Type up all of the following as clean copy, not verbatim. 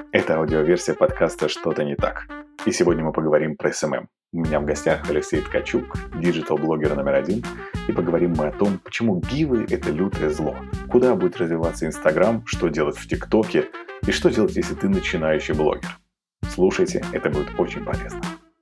Это аудиоверсия подкаста «Что-то не так». И сегодня мы поговорим про СММ. У меня в гостях Алексей Ткачук, диджитал-блогер номер 1. И поговорим мы о том, почему гивы – это лютое зло. Куда будет развиваться Инстаграм, что делать в ТикТоке и что делать, если ты начинающий блогер. Слушайте, это будет очень полезно.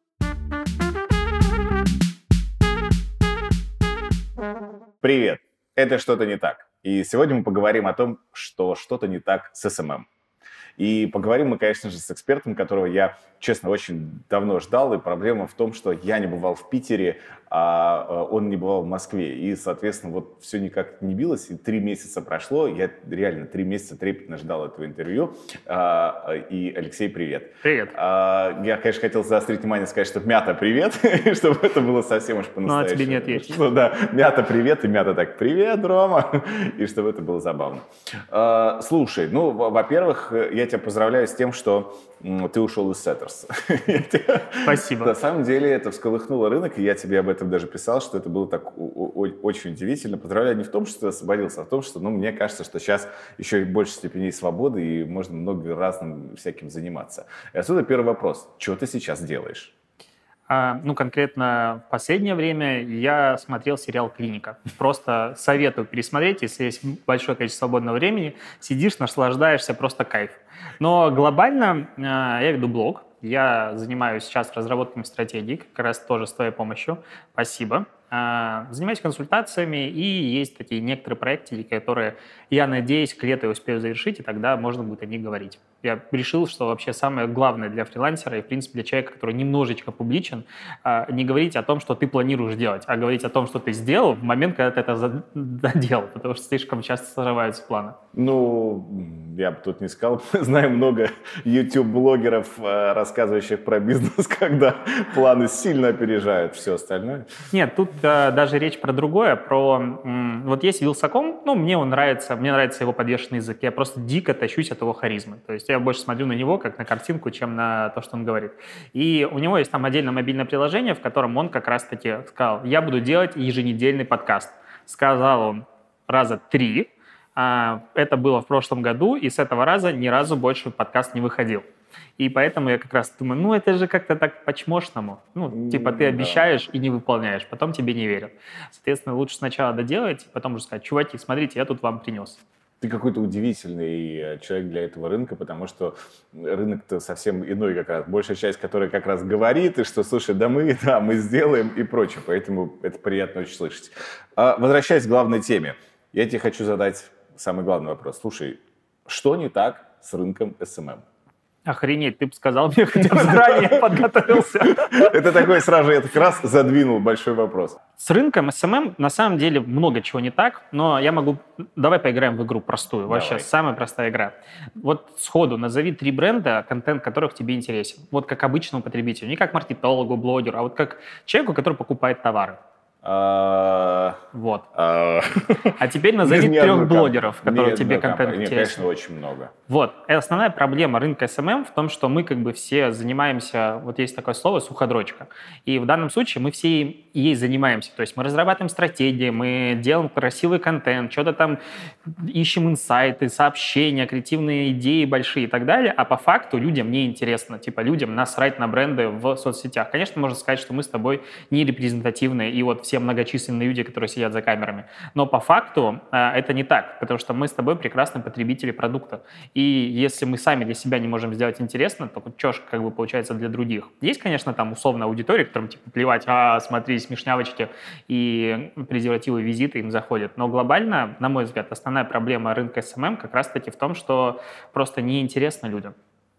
Привет! Это «Что-то не так». И сегодня мы поговорим о том, что что-то не так с СММ. И поговорим мы, конечно же, с экспертом, которого я, честно, очень давно ждал. И проблема в том, что я не бывал в Питере, а он не бывал в Москве. И, соответственно, вот все никак не билось. И 3 месяца прошло. Я реально 3 месяца трепетно ждал этого интервью. И, Алексей, привет. Привет. Я, конечно, хотел заострить внимание, сказать, что Мята, привет, чтобы это было совсем уж по-настоящему. Ну, а тебе не ответишь. Ну да, Мята, привет, и Мята так, привет, Рома. И чтобы это было забавно. Слушай, ну, во-первых, я тебя поздравляю с тем, что ты ушел из Setters. Спасибо. На самом деле это всколыхнуло рынок, и я тебе об этом даже писал, что это было так очень удивительно. Поздравляю не в том, что ты освободился, а в том, что, мне кажется, что сейчас еще больше степеней свободы, и можно много разным всяким заниматься. И отсюда первый вопрос. Что ты сейчас делаешь? Конкретно в последнее время я смотрел сериал «Клиника». Просто советую пересмотреть, если есть большое количество свободного времени. Сидишь, наслаждаешься, просто кайф. Но глобально я веду блог. Я занимаюсь сейчас разработками стратегий, как раз тоже с твоей помощью. Спасибо. Занимаюсь консультациями, и есть такие некоторые проекты, которые, я надеюсь, к лету я успею завершить, и тогда можно будет о них говорить. Я решил, что вообще самое главное для фрилансера и, в принципе, для человека, который немножечко публичен, не говорить о том, что ты планируешь делать, а говорить о том, что ты сделал в момент, когда ты это доделал, потому что слишком часто срываются планы. Я бы тут не сказал. Знаю много YouTube-блогеров, рассказывающих про бизнес, когда планы сильно опережают все остальное. Нет, тут даже речь про другое, вот есть Вилсаком, мне он нравится, мне нравится его подвешенный язык, я просто дико тащусь от его харизмы, то есть я больше смотрю на него, как на картинку, чем на то, что он говорит. И у него есть там отдельное мобильное приложение, в котором он как раз-таки сказал, я буду делать еженедельный подкаст. Сказал он раза 3, это было в прошлом году, и с этого раза ни разу больше подкаст не выходил. И поэтому я как раз думаю, это же как-то так по-чмошному. Ты обещаешь и не выполняешь, потом тебе не верят. Соответственно, лучше сначала доделать, потом уже сказать, чуваки, смотрите, я тут вам принес. Ты какой-то удивительный человек для этого рынка, потому что рынок-то совсем иной как раз. Большая часть, которая как раз говорит, и что, слушай, мы сделаем и прочее. Поэтому это приятно очень слышать. Возвращаясь к главной теме, я тебе хочу задать самый главный вопрос. Слушай, что не так с рынком SMM? Охренеть, ты бы сказал мне, хотя бы заранее подготовился. Это такой сразу, я как раз задвинул большой вопрос. С рынком SMM на самом деле много чего не так, но давай поиграем в игру простую. Вообще самая простая игра. Вот сходу назови 3 бренда, контент которых тебе интересен. Вот как обычному потребителю, не как маркетологу, блогеру, а вот как человеку, который покупает товары. Вот. А теперь назови 3 блогеров, которые тебе контент интересен. Конечно, очень много. Вот. И основная проблема рынка SMM в том, что мы все занимаемся, вот есть такое слово, суходрочка. И в данном случае мы все ей занимаемся. То есть мы разрабатываем стратегии, мы делаем красивый контент, что-то там ищем инсайты, сообщения, креативные идеи большие и так далее. А по факту людям не интересно. Людям насрать на бренды в соцсетях. Конечно, можно сказать, что мы с тобой не репрезентативные, и вот все многочисленные люди, которые сидят за камерами. Но по факту это не так, потому что мы с тобой прекрасные потребители продукта. И если мы сами для себя не можем сделать интересно, то что ж получается для других? Есть, конечно, там условная аудитория, которым плевать, смотри, смешнявочки и презервативы, визиты им заходят. Но глобально, на мой взгляд, основная проблема рынка SMM как раз-таки в том, что просто неинтересно людям.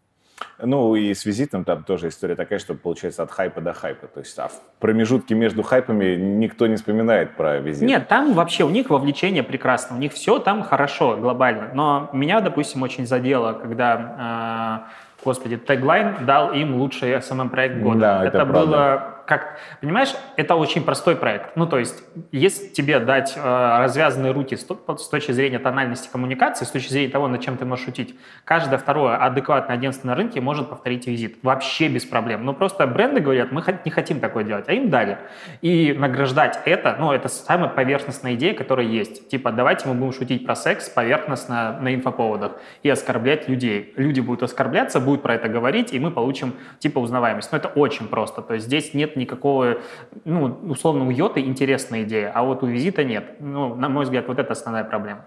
И с визитом там тоже история такая, что получается от хайпа до хайпа. То есть в промежутке между хайпами никто не вспоминает про визит. Нет, там вообще у них вовлечение прекрасно, у них все там хорошо глобально. Но меня, допустим, очень задело, когда, теглайн дал им лучший SMM-проект года. Да, это было понимаешь, это очень простой проект. Ну, то есть, если тебе дать развязанные руки с точки зрения тональности коммуникации, с точки зрения того, над чем ты можешь шутить, каждое второе адекватное агентство на рынке может повторить визит. Вообще без проблем. Но просто бренды говорят, мы не хотим такое делать, а им дали. И награждать это, ну, это самая поверхностная идея, которая есть. Типа, давайте мы будем шутить про секс поверхностно на инфоповодах и оскорблять людей. Люди будут оскорбляться, будут про это говорить, и мы получим, типа, узнаваемость. Но это очень просто. То есть здесь нет никакого, ну, условно, у Йоты интересная идея, а вот у Визита нет. Ну, на мой взгляд, вот это основная проблема.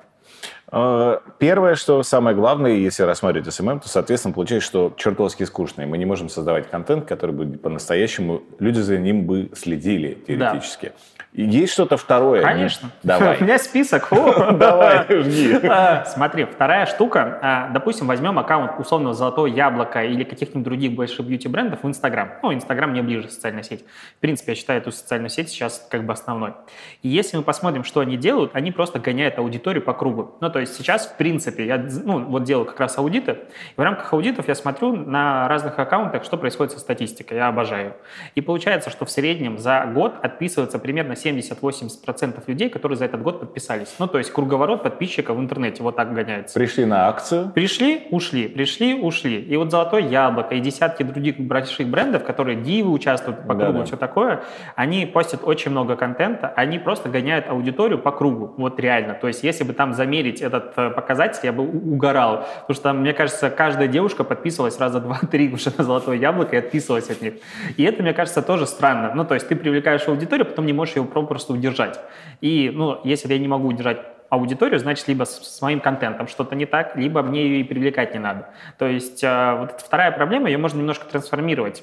Первое, что самое главное, если рассматривать СММ, то, соответственно, получается, что чертовски скучно, и мы не можем создавать контент, который бы по-настоящему, люди за ним бы следили теоретически. Да. Есть что-то второе? Конечно. Давай. У меня список. Давай, жги. Смотри, вторая штука. Допустим, возьмем аккаунт условно «Золотое яблоко» или каких-нибудь других больших бьюти-брендов в Инстаграм. Ну, Инстаграм мне ближе социальная сеть. В принципе, я считаю эту социальную сеть сейчас как бы основной. И если мы посмотрим, что они делают, они просто гоняют аудиторию по кругу. Ну, то есть сейчас, в принципе, я вот делаю как раз аудиты, и в рамках аудитов я смотрю на разных аккаунтах, что происходит со статистикой. Я обожаю. И получается, что в среднем за год отписывается примерно 70-80% людей, которые за этот год подписались. Ну, то есть круговорот подписчиков в интернете вот так гоняется. Пришли на акцию. Пришли, ушли, пришли, ушли. И вот «Золотое яблоко» и десятки других больших брендов, которые дивы участвуют по кругу, все такое, они постят очень много контента, они просто гоняют аудиторию по кругу. Вот реально. То есть если бы там замерить этот показатель, я бы угорал. Потому что, мне кажется, каждая девушка подписывалась раза 2-3 уже на «Золотое яблоко» и отписывалась от них. И это, мне кажется, тоже странно. Ну, то есть ты привлекаешь аудиторию, потом не можешь ее просто удержать. И, ну, если я не могу удержать аудиторию, значит, либо с моим контентом что-то не так, либо мне ее и привлекать не надо. То есть вот эта вторая проблема, ее можно немножко трансформировать.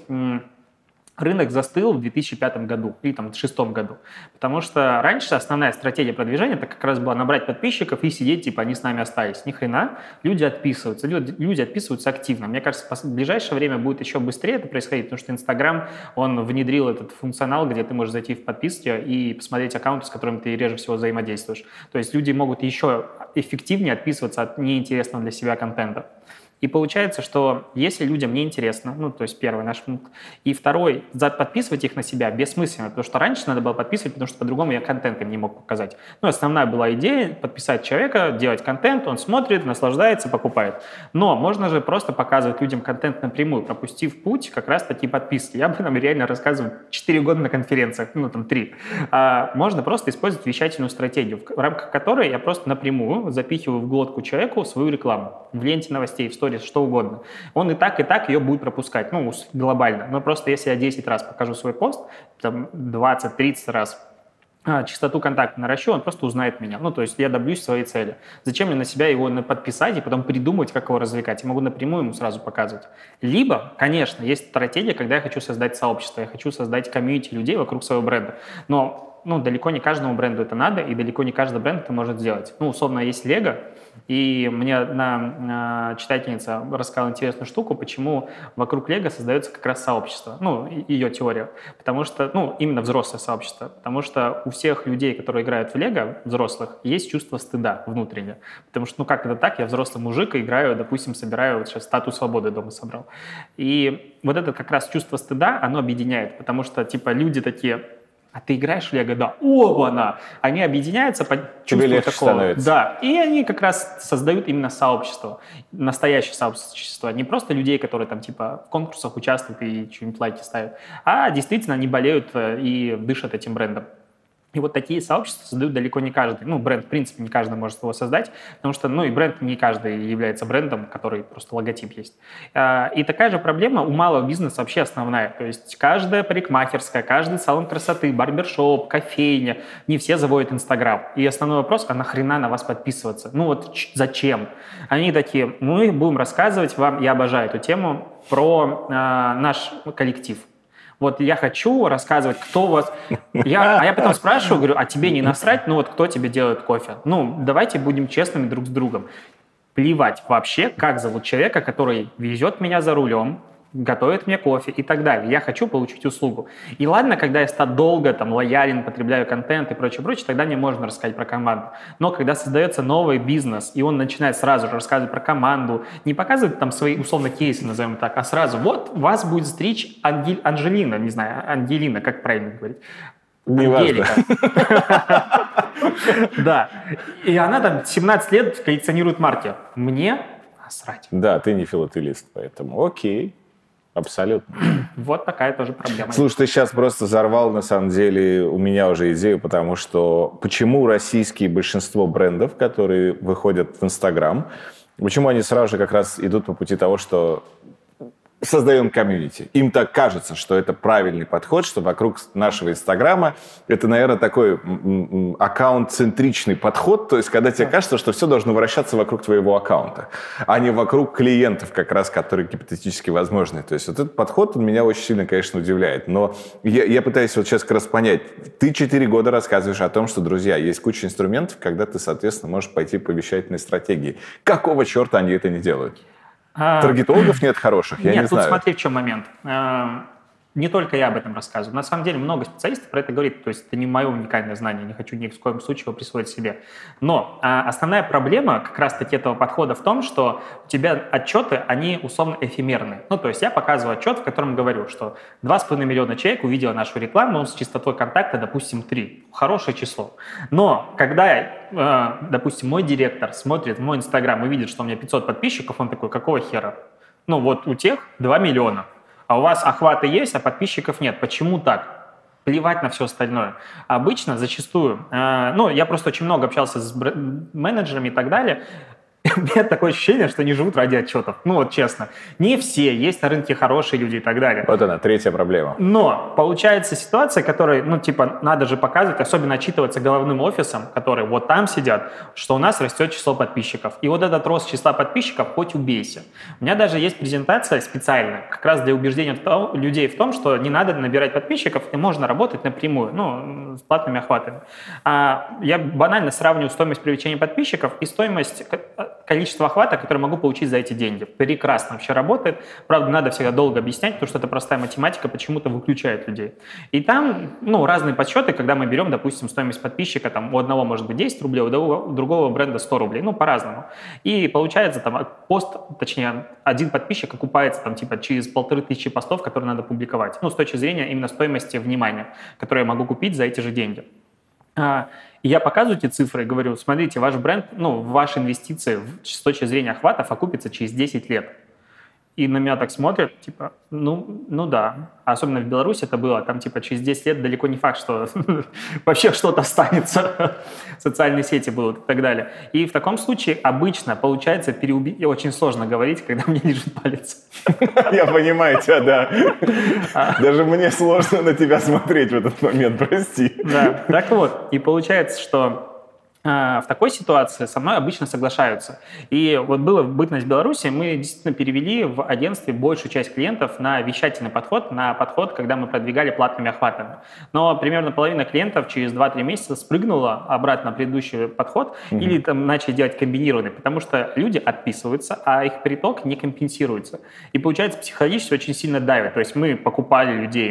Рынок застыл в 2005 году или там, в 2006 году, потому что раньше основная стратегия продвижения это как раз была набрать подписчиков и сидеть, типа, они с нами остались. Ни хрена, люди отписываются активно. Мне кажется, в ближайшее время будет еще быстрее это происходить, потому что Инстаграм, он внедрил этот функционал, где ты можешь зайти в подписки и посмотреть аккаунты, с которыми ты реже всего взаимодействуешь. То есть люди могут еще эффективнее отписываться от неинтересного для себя контента. И получается, что если людям не интересно, ну, то есть первый наш пункт, и второй, подписывать их на себя бессмысленно, потому что раньше надо было подписывать, потому что по-другому я контент им не мог показать. Ну, основная была идея подписать человека, делать контент, он смотрит, наслаждается, покупает. Но можно же просто показывать людям контент напрямую, пропустив путь как раз таки подписки. Я бы нам реально рассказывал 4 года на конференциях, ну, там 3. Можно просто использовать вещательную стратегию, в рамках которой я просто напрямую запихиваю в глотку человеку свою рекламу в ленте новостей, в сторис, что угодно. Он и так ее будет пропускать, ну, глобально. Но просто если я 10 раз покажу свой пост, там 20-30 раз, частоту контакта наращу, он просто узнает меня. Ну, то есть я добьюсь своей цели. Зачем мне на себя его подписать и потом придумывать, как его развлекать? Я могу напрямую ему сразу показывать. Либо, конечно, есть стратегия, когда я хочу создать сообщество, я хочу создать комьюнити людей вокруг своего бренда. Но далеко не каждому бренду это надо, и далеко не каждый бренд это может сделать. Ну, условно, есть Лего, и мне одна читательница рассказала интересную штуку, почему вокруг Лего создается как раз сообщество, ну, ее теория, потому что, ну, именно взрослое сообщество, потому что у всех людей, которые играют в Лего, взрослых, есть чувство стыда внутреннее, потому что, ну, как это так, я взрослый мужик, играю, допустим, собираю, вот сейчас статую свободы дома собрал, и вот это как раз чувство стыда, оно объединяет, потому что, типа, люди такие... А ты играешь в Лего? Да. Оба-на! Они объединяются по чувству такого. Становится. Да. И они как раз создают именно сообщество. Настоящее сообщество. Не просто людей, которые там типа в конкурсах участвуют и что-нибудь лайки ставят. А действительно они болеют и дышат этим брендом. И вот такие сообщества создают далеко не каждый. Ну, бренд, в принципе, не каждый может его создать, потому что, ну, и бренд не каждый является брендом, который просто логотип есть. И такая же проблема у малого бизнеса вообще основная. То есть каждая парикмахерская, каждый салон красоты, барбершоп, кофейня, не все заводят Инстаграм. И основной вопрос, а нахрена на вас подписываться? Ну вот зачем? Они такие, мы будем рассказывать вам, я обожаю эту тему, про наш коллектив. Вот я хочу рассказывать, кто у вас... Я потом спрашиваю, говорю, а тебе не насрать? Ну вот кто тебе делает кофе? Ну, давайте будем честными друг с другом. Плевать вообще, как зовут человека, который везет меня за рулем, готовит мне кофе и так далее. Я хочу получить услугу. И ладно, когда я долго лоялен, потребляю контент и прочее, тогда мне можно рассказать про команду. Но когда создается новый бизнес, и он начинает сразу же рассказывать про команду, не показывать свои, условно, кейсы, назовем так, а сразу, вот вас будет стричь Анжелина, не знаю, Ангелина, как правильно говорить? Ангелика. Да. И она там 17 лет коллекционирует марки. Мне насрать. Да, ты не филателист, поэтому окей. Абсолютно. Вот такая тоже проблема. Слушай, ты сейчас просто взорвал, на самом деле, у меня уже идею, потому что почему российские большинство брендов, которые выходят в Инстаграм, почему они сразу же как раз идут по пути того, что создаем комьюнити. Им так кажется, что это правильный подход, что вокруг нашего Инстаграма это, наверное, такой аккаунт-центричный подход, то есть когда тебе кажется, что все должно вращаться вокруг твоего аккаунта, а не вокруг клиентов, как раз, которые гипотетически возможны. То есть вот этот подход, он меня очень сильно, конечно, удивляет. Но я пытаюсь вот сейчас как раз понять. Ты 4 года рассказываешь о том, что, друзья, есть куча инструментов, когда ты, соответственно, можешь пойти по вещательной стратегии. Какого черта они это не делают? Таргетологов нет хороших, я не знаю. Нет, тут смотри, в чем момент. Не только я об этом рассказываю. На самом деле много специалистов про это говорит. То есть это не мое уникальное знание, не хочу ни в коем случае его присвоить себе. Но основная проблема как раз-таки этого подхода в том, что у тебя отчеты, они условно эфемерные. Ну, то есть я показываю отчет, в котором говорю, что 2,5 миллиона человек увидело нашу рекламу, с частотой контакта, допустим, 3. Хорошее число. Но когда, допустим, мой директор смотрит мой Инстаграм и видит, что у меня 500 подписчиков, он такой, какого хера? Ну, вот у тех 2 миллиона. А у вас охваты есть, а подписчиков нет. Почему так? Плевать на все остальное. Обычно, зачастую, я просто очень много общался с менеджерами и так далее, у меня такое ощущение, что они живут ради отчетов. Ну вот честно. Не все. Есть на рынке хорошие люди и так далее. Вот она, третья проблема. Но получается ситуация, которая, надо же показывать, особенно отчитываться головным офисом, которые вот там сидят, что у нас растет число подписчиков. И вот этот рост числа подписчиков хоть убейся. У меня даже есть презентация специальная, как раз для убеждения людей в том, что не надо набирать подписчиков, и можно работать напрямую, с платными охватами. Я банально сравниваю стоимость привлечения подписчиков и стоимость количество охвата, которое могу получить за эти деньги. Прекрасно вообще работает. Правда, надо всегда долго объяснять, потому что это простая математика почему-то выключает людей. И там, разные подсчеты, когда мы берем, допустим, стоимость подписчика, там у одного может быть 10 рублей, у другого бренда 100 рублей, по-разному. И получается, один подписчик окупается через 1500 постов, которые надо публиковать. С точки зрения именно стоимости внимания, которую я могу купить за эти же деньги. И я показываю эти цифры и говорю, смотрите, ваш бренд, ваши инвестиции с точки зрения охватов окупятся через 10 лет. И на меня так смотрят, да. Особенно в Беларуси это было, там через 10 лет далеко не факт, что вообще что-то останется. Социальные сети будут и так далее. И в таком случае обычно получается переубить, очень сложно говорить, когда мне лежит палец. Я понимаю тебя, да. Даже мне сложно на тебя смотреть в этот момент, прости. Да, так вот. И получается, что в такой ситуации со мной обычно соглашаются. И вот была бытность в Беларуси, мы действительно перевели в агентстве большую часть клиентов на вещательный подход, на подход, когда мы продвигали платными охватами. Но примерно половина клиентов через 2-3 месяца спрыгнула обратно на предыдущий подход или начали делать комбинированный, потому что люди отписываются, а их приток не компенсируется. И получается, психологически очень сильно давит. То есть мы покупали людей,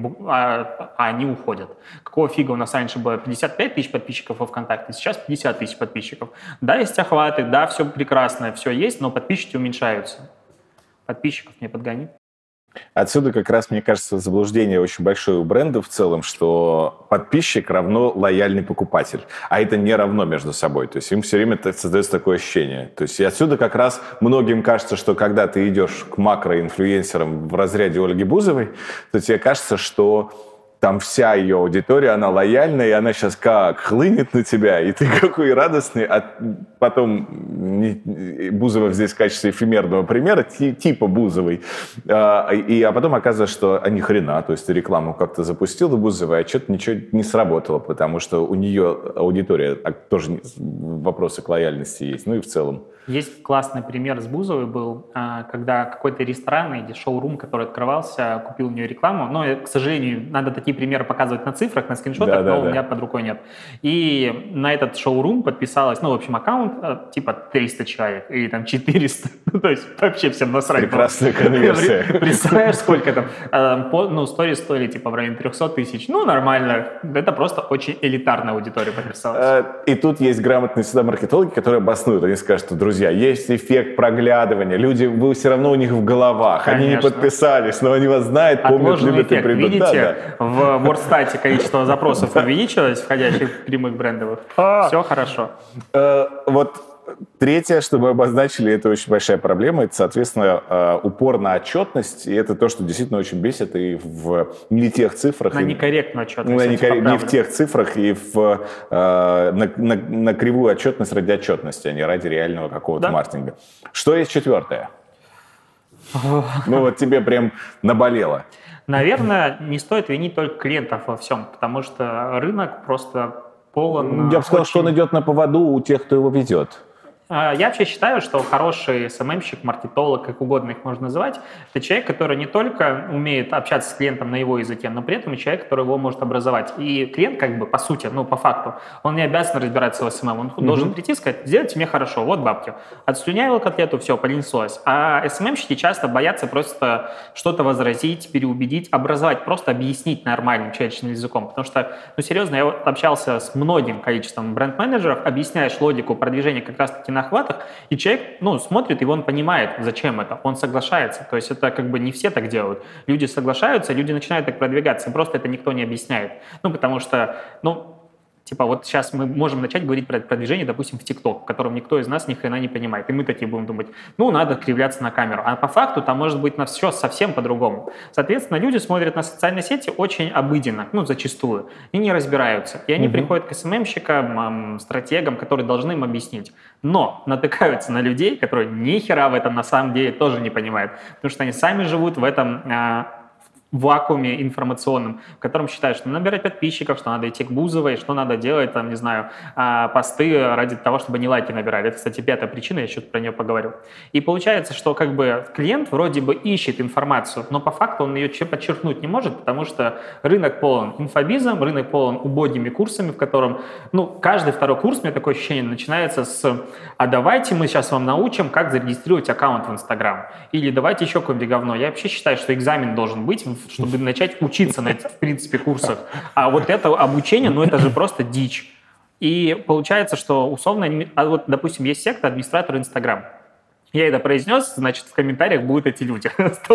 а они уходят. Какого фига у нас раньше было 55 тысяч подписчиков во ВКонтакте, сейчас 50 тысяч подписчиков. Да, есть охваты, да, все прекрасно, все есть, но подписчики уменьшаются. Подписчиков не подгони. Отсюда как раз, мне кажется, заблуждение очень большое у бренда в целом, что подписчик равно лояльный покупатель. А это не равно между собой. То есть им все время создается такое ощущение. То есть и отсюда как раз многим кажется, что когда ты идешь к макроинфлюенсерам в разряде Ольги Бузовой, то тебе кажется, что там вся ее аудитория, она лояльная, и она сейчас как хлынет на тебя, и ты какой радостный. А потом Бузова здесь в качестве эфемерного примера, типа Бузовой. А потом оказывается, что ни хрена, то есть ты рекламу как-то запустила Бузовой, а что-то ничего не сработало, потому что у нее аудитория, тоже вопросы к лояльности есть, и в целом. Есть классный пример с Бузовой был, когда какой-то ресторан или шоурум, который открывался, купил у нее рекламу. Но, к сожалению, надо такие такие примеры показывать на цифрах, на скриншотах, но у меня под рукой нет. И на этот шоурум подписалось, ну, в общем, аккаунт типа 300 человек или там 400. Ну, то есть вообще всем насрать. Прекрасная конверсия. Представляешь, сколько там? Ну, сторис стоили типа в районе 300 тысяч. Ну, нормально. Это просто очень элитарная аудитория подписалась. И тут есть грамотные всегда маркетологи, которые обоснуют. Они скажут, что, друзья, есть эффект проглядывания. Люди, вы все равно у них в головах. Конечно. Они не подписались, но они вас знают, помнят, любят и придут. Видите, в WordStat количество запросов увеличилось, входящих в прямых брендовых. Все хорошо. Вот третье, что мы обозначили, это очень большая проблема. Это, соответственно, упор на отчетность. И это то, что действительно очень бесит и в не тех цифрах. На некорректную отчетность. Не в тех цифрах и на кривую отчетность ради отчетности, а не ради реального какого-то маркетинга. Что есть четвертое? Ну вот тебе прям наболело. Наверное, не стоит винить только клиентов во всем, потому что рынок просто полон... Я бы сказал, что он идет на поводу у тех, кто его ведет. Я вообще считаю, что хороший СММщик, маркетолог, как угодно их можно называть, это человек, который не только умеет общаться с клиентом на его языке, но при этом и человек, который его может образовать. И клиент, как бы, по сути, ну, по факту, он не обязан разбираться в СММ. Он должен прийти и сказать: сделайте мне хорошо, вот бабки. Отслюнявил котлету, все, понеслось. А СММщики часто боятся просто что-то возразить, переубедить, образовать, просто объяснить нормальным человеческим языком. Потому что, ну, серьезно, я вот общался с многим количеством бренд-менеджеров, объясняешь логику продвижения как раз-таки на охватах, и человек, ну, смотрит, и он понимает, зачем это, он соглашается. То есть это как бы не все так делают. Люди соглашаются, люди начинают так продвигаться, просто это никто не объясняет. Ну, потому что, ну, типа вот сейчас мы можем начать говорить про продвижение, допустим, в ТикТок, в котором никто из нас ни хрена не понимает. И мы такие будем думать, ну, надо кривляться на камеру. А по факту там может быть на все совсем по-другому. Соответственно, люди смотрят на социальные сети очень обыденно, ну, зачастую, и не разбираются. И они приходят к СММщикам, стратегам, которые должны им объяснить. Но натыкаются на людей, которые ни хера в этом на самом деле тоже не понимают. Потому что они сами живут в этом... вакууме информационном, в котором считают, что надо набирать подписчиков, что надо идти к Бузовой, что надо делать, там, не знаю, посты ради того, чтобы не лайки набирали. Это, кстати, пятая причина, я что-то про нее поговорю. И получается, что как бы клиент вроде бы ищет информацию, но по факту он ее подчеркнуть не может, потому что рынок полон инфобизом, рынок полон убогими курсами, в котором, ну, каждый второй курс, у меня такое ощущение, начинается с «а давайте мы сейчас вам научим, как зарегистрировать аккаунт в Инстаграм», или «давайте еще какое-нибудь говно». Я вообще считаю, что экзамен должен быть, чтобы начать учиться на этих, в принципе, курсах. А вот это обучение, ну, это же просто дичь. И получается, что условно... А вот, допустим, есть секта администратор Инстаграм. Я это произнес, значит, в комментариях будут эти люди.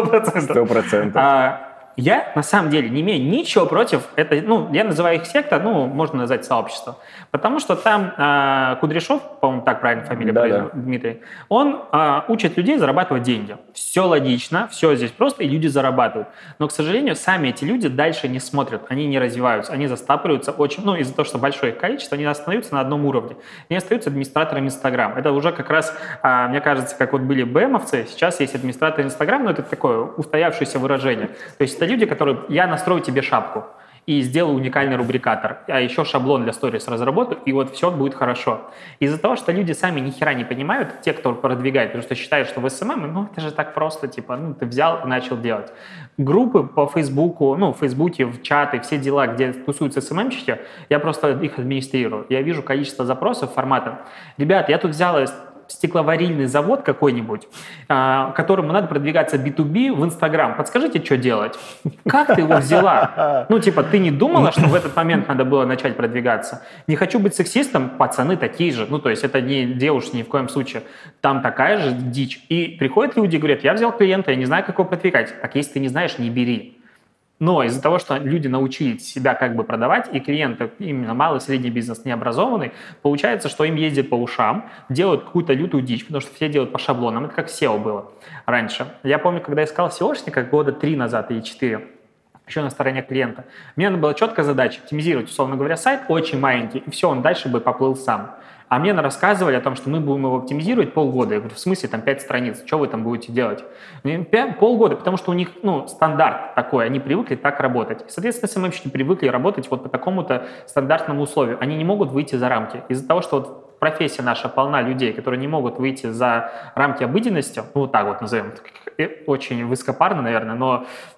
100%. 100%. Я, на самом деле, не имею ничего против этой, ну, я называю их секта, ну, можно назвать сообщество, потому что там Кудряшов, по-моему, так правильно фамилия, Дмитрий, он учит людей зарабатывать деньги. Все логично, все здесь просто, и люди зарабатывают. Но, к сожалению, сами эти люди дальше не смотрят, они не развиваются, они застапливаются очень, ну, из-за того, что большое их количество, они остаются на одном уровне. Они остаются администраторами Инстаграм. Это уже как раз, мне кажется, как вот были БМовцы, сейчас есть администраторы Инстаграм, но это такое устоявшееся выражение. То есть это люди, которые «я настрою тебе шапку и сделаю уникальный рубрикатор, а еще шаблон для сторис разработаю, и вот все будет хорошо». Из-за того, что люди сами ни хера не понимают, те, кто продвигает, потому что считают, что в СММ, ну, это же так просто, типа, ну, ты взял и начал делать. Группы по Фейсбуку, ну, в Фейсбуке, в чаты, все дела, где тусуются СММщики, я просто их администрирую. Я вижу количество запросов формата: «Ребят, я тут взял стекловарильный завод какой-нибудь, которому надо продвигаться B2B в Инстаграм. Подскажите, что делать?» Как ты его взяла? Ну, типа, ты не думала, что в этот момент надо было начать продвигаться? Не хочу быть сексистом, пацаны такие же. Ну, то есть это не девушки ни в коем случае. Там такая же дичь. И приходят люди и говорят: я взял клиента, я не знаю, как его продвигать. Так если ты не знаешь, не бери. Но из-за того, что люди научились себя как бы продавать, и клиенты, именно малый и средний бизнес, необразованный, получается, что им ездят по ушам, делают какую-то лютую дичь, потому что все делают по шаблонам. Это как SEO было раньше. Я помню, когда искал SEOшника года 3 назад или 4, еще на стороне клиента, мне надо была четкая задача оптимизировать, условно говоря, сайт очень маленький, и все, он дальше бы поплыл сам. А мне рассказывали о том, что мы будем его оптимизировать полгода. Я говорю: в смысле, там 5 страниц, что вы там будете делать? Полгода, потому что у них, ну, стандарт такой, они привыкли так работать. Соответственно, СММщики привыкли работать вот по такому-то стандартному условию. Они не могут выйти за рамки. Из-за того, что вот профессия наша полна людей, которые не могут выйти за рамки обыденности, ну, вот так вот назовем, очень высокопарно, наверное, но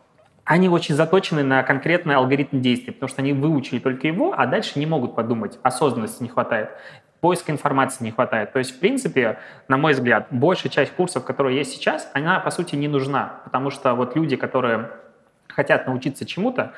они очень заточены на конкретный алгоритм действий, потому что они выучили только его, а дальше не могут подумать. Осознанности не хватает. Поиска информации не хватает. То есть, в принципе, на мой взгляд, большая часть курсов, которые есть сейчас, она, по сути, не нужна. Потому что вот люди, которые хотят научиться чему-то,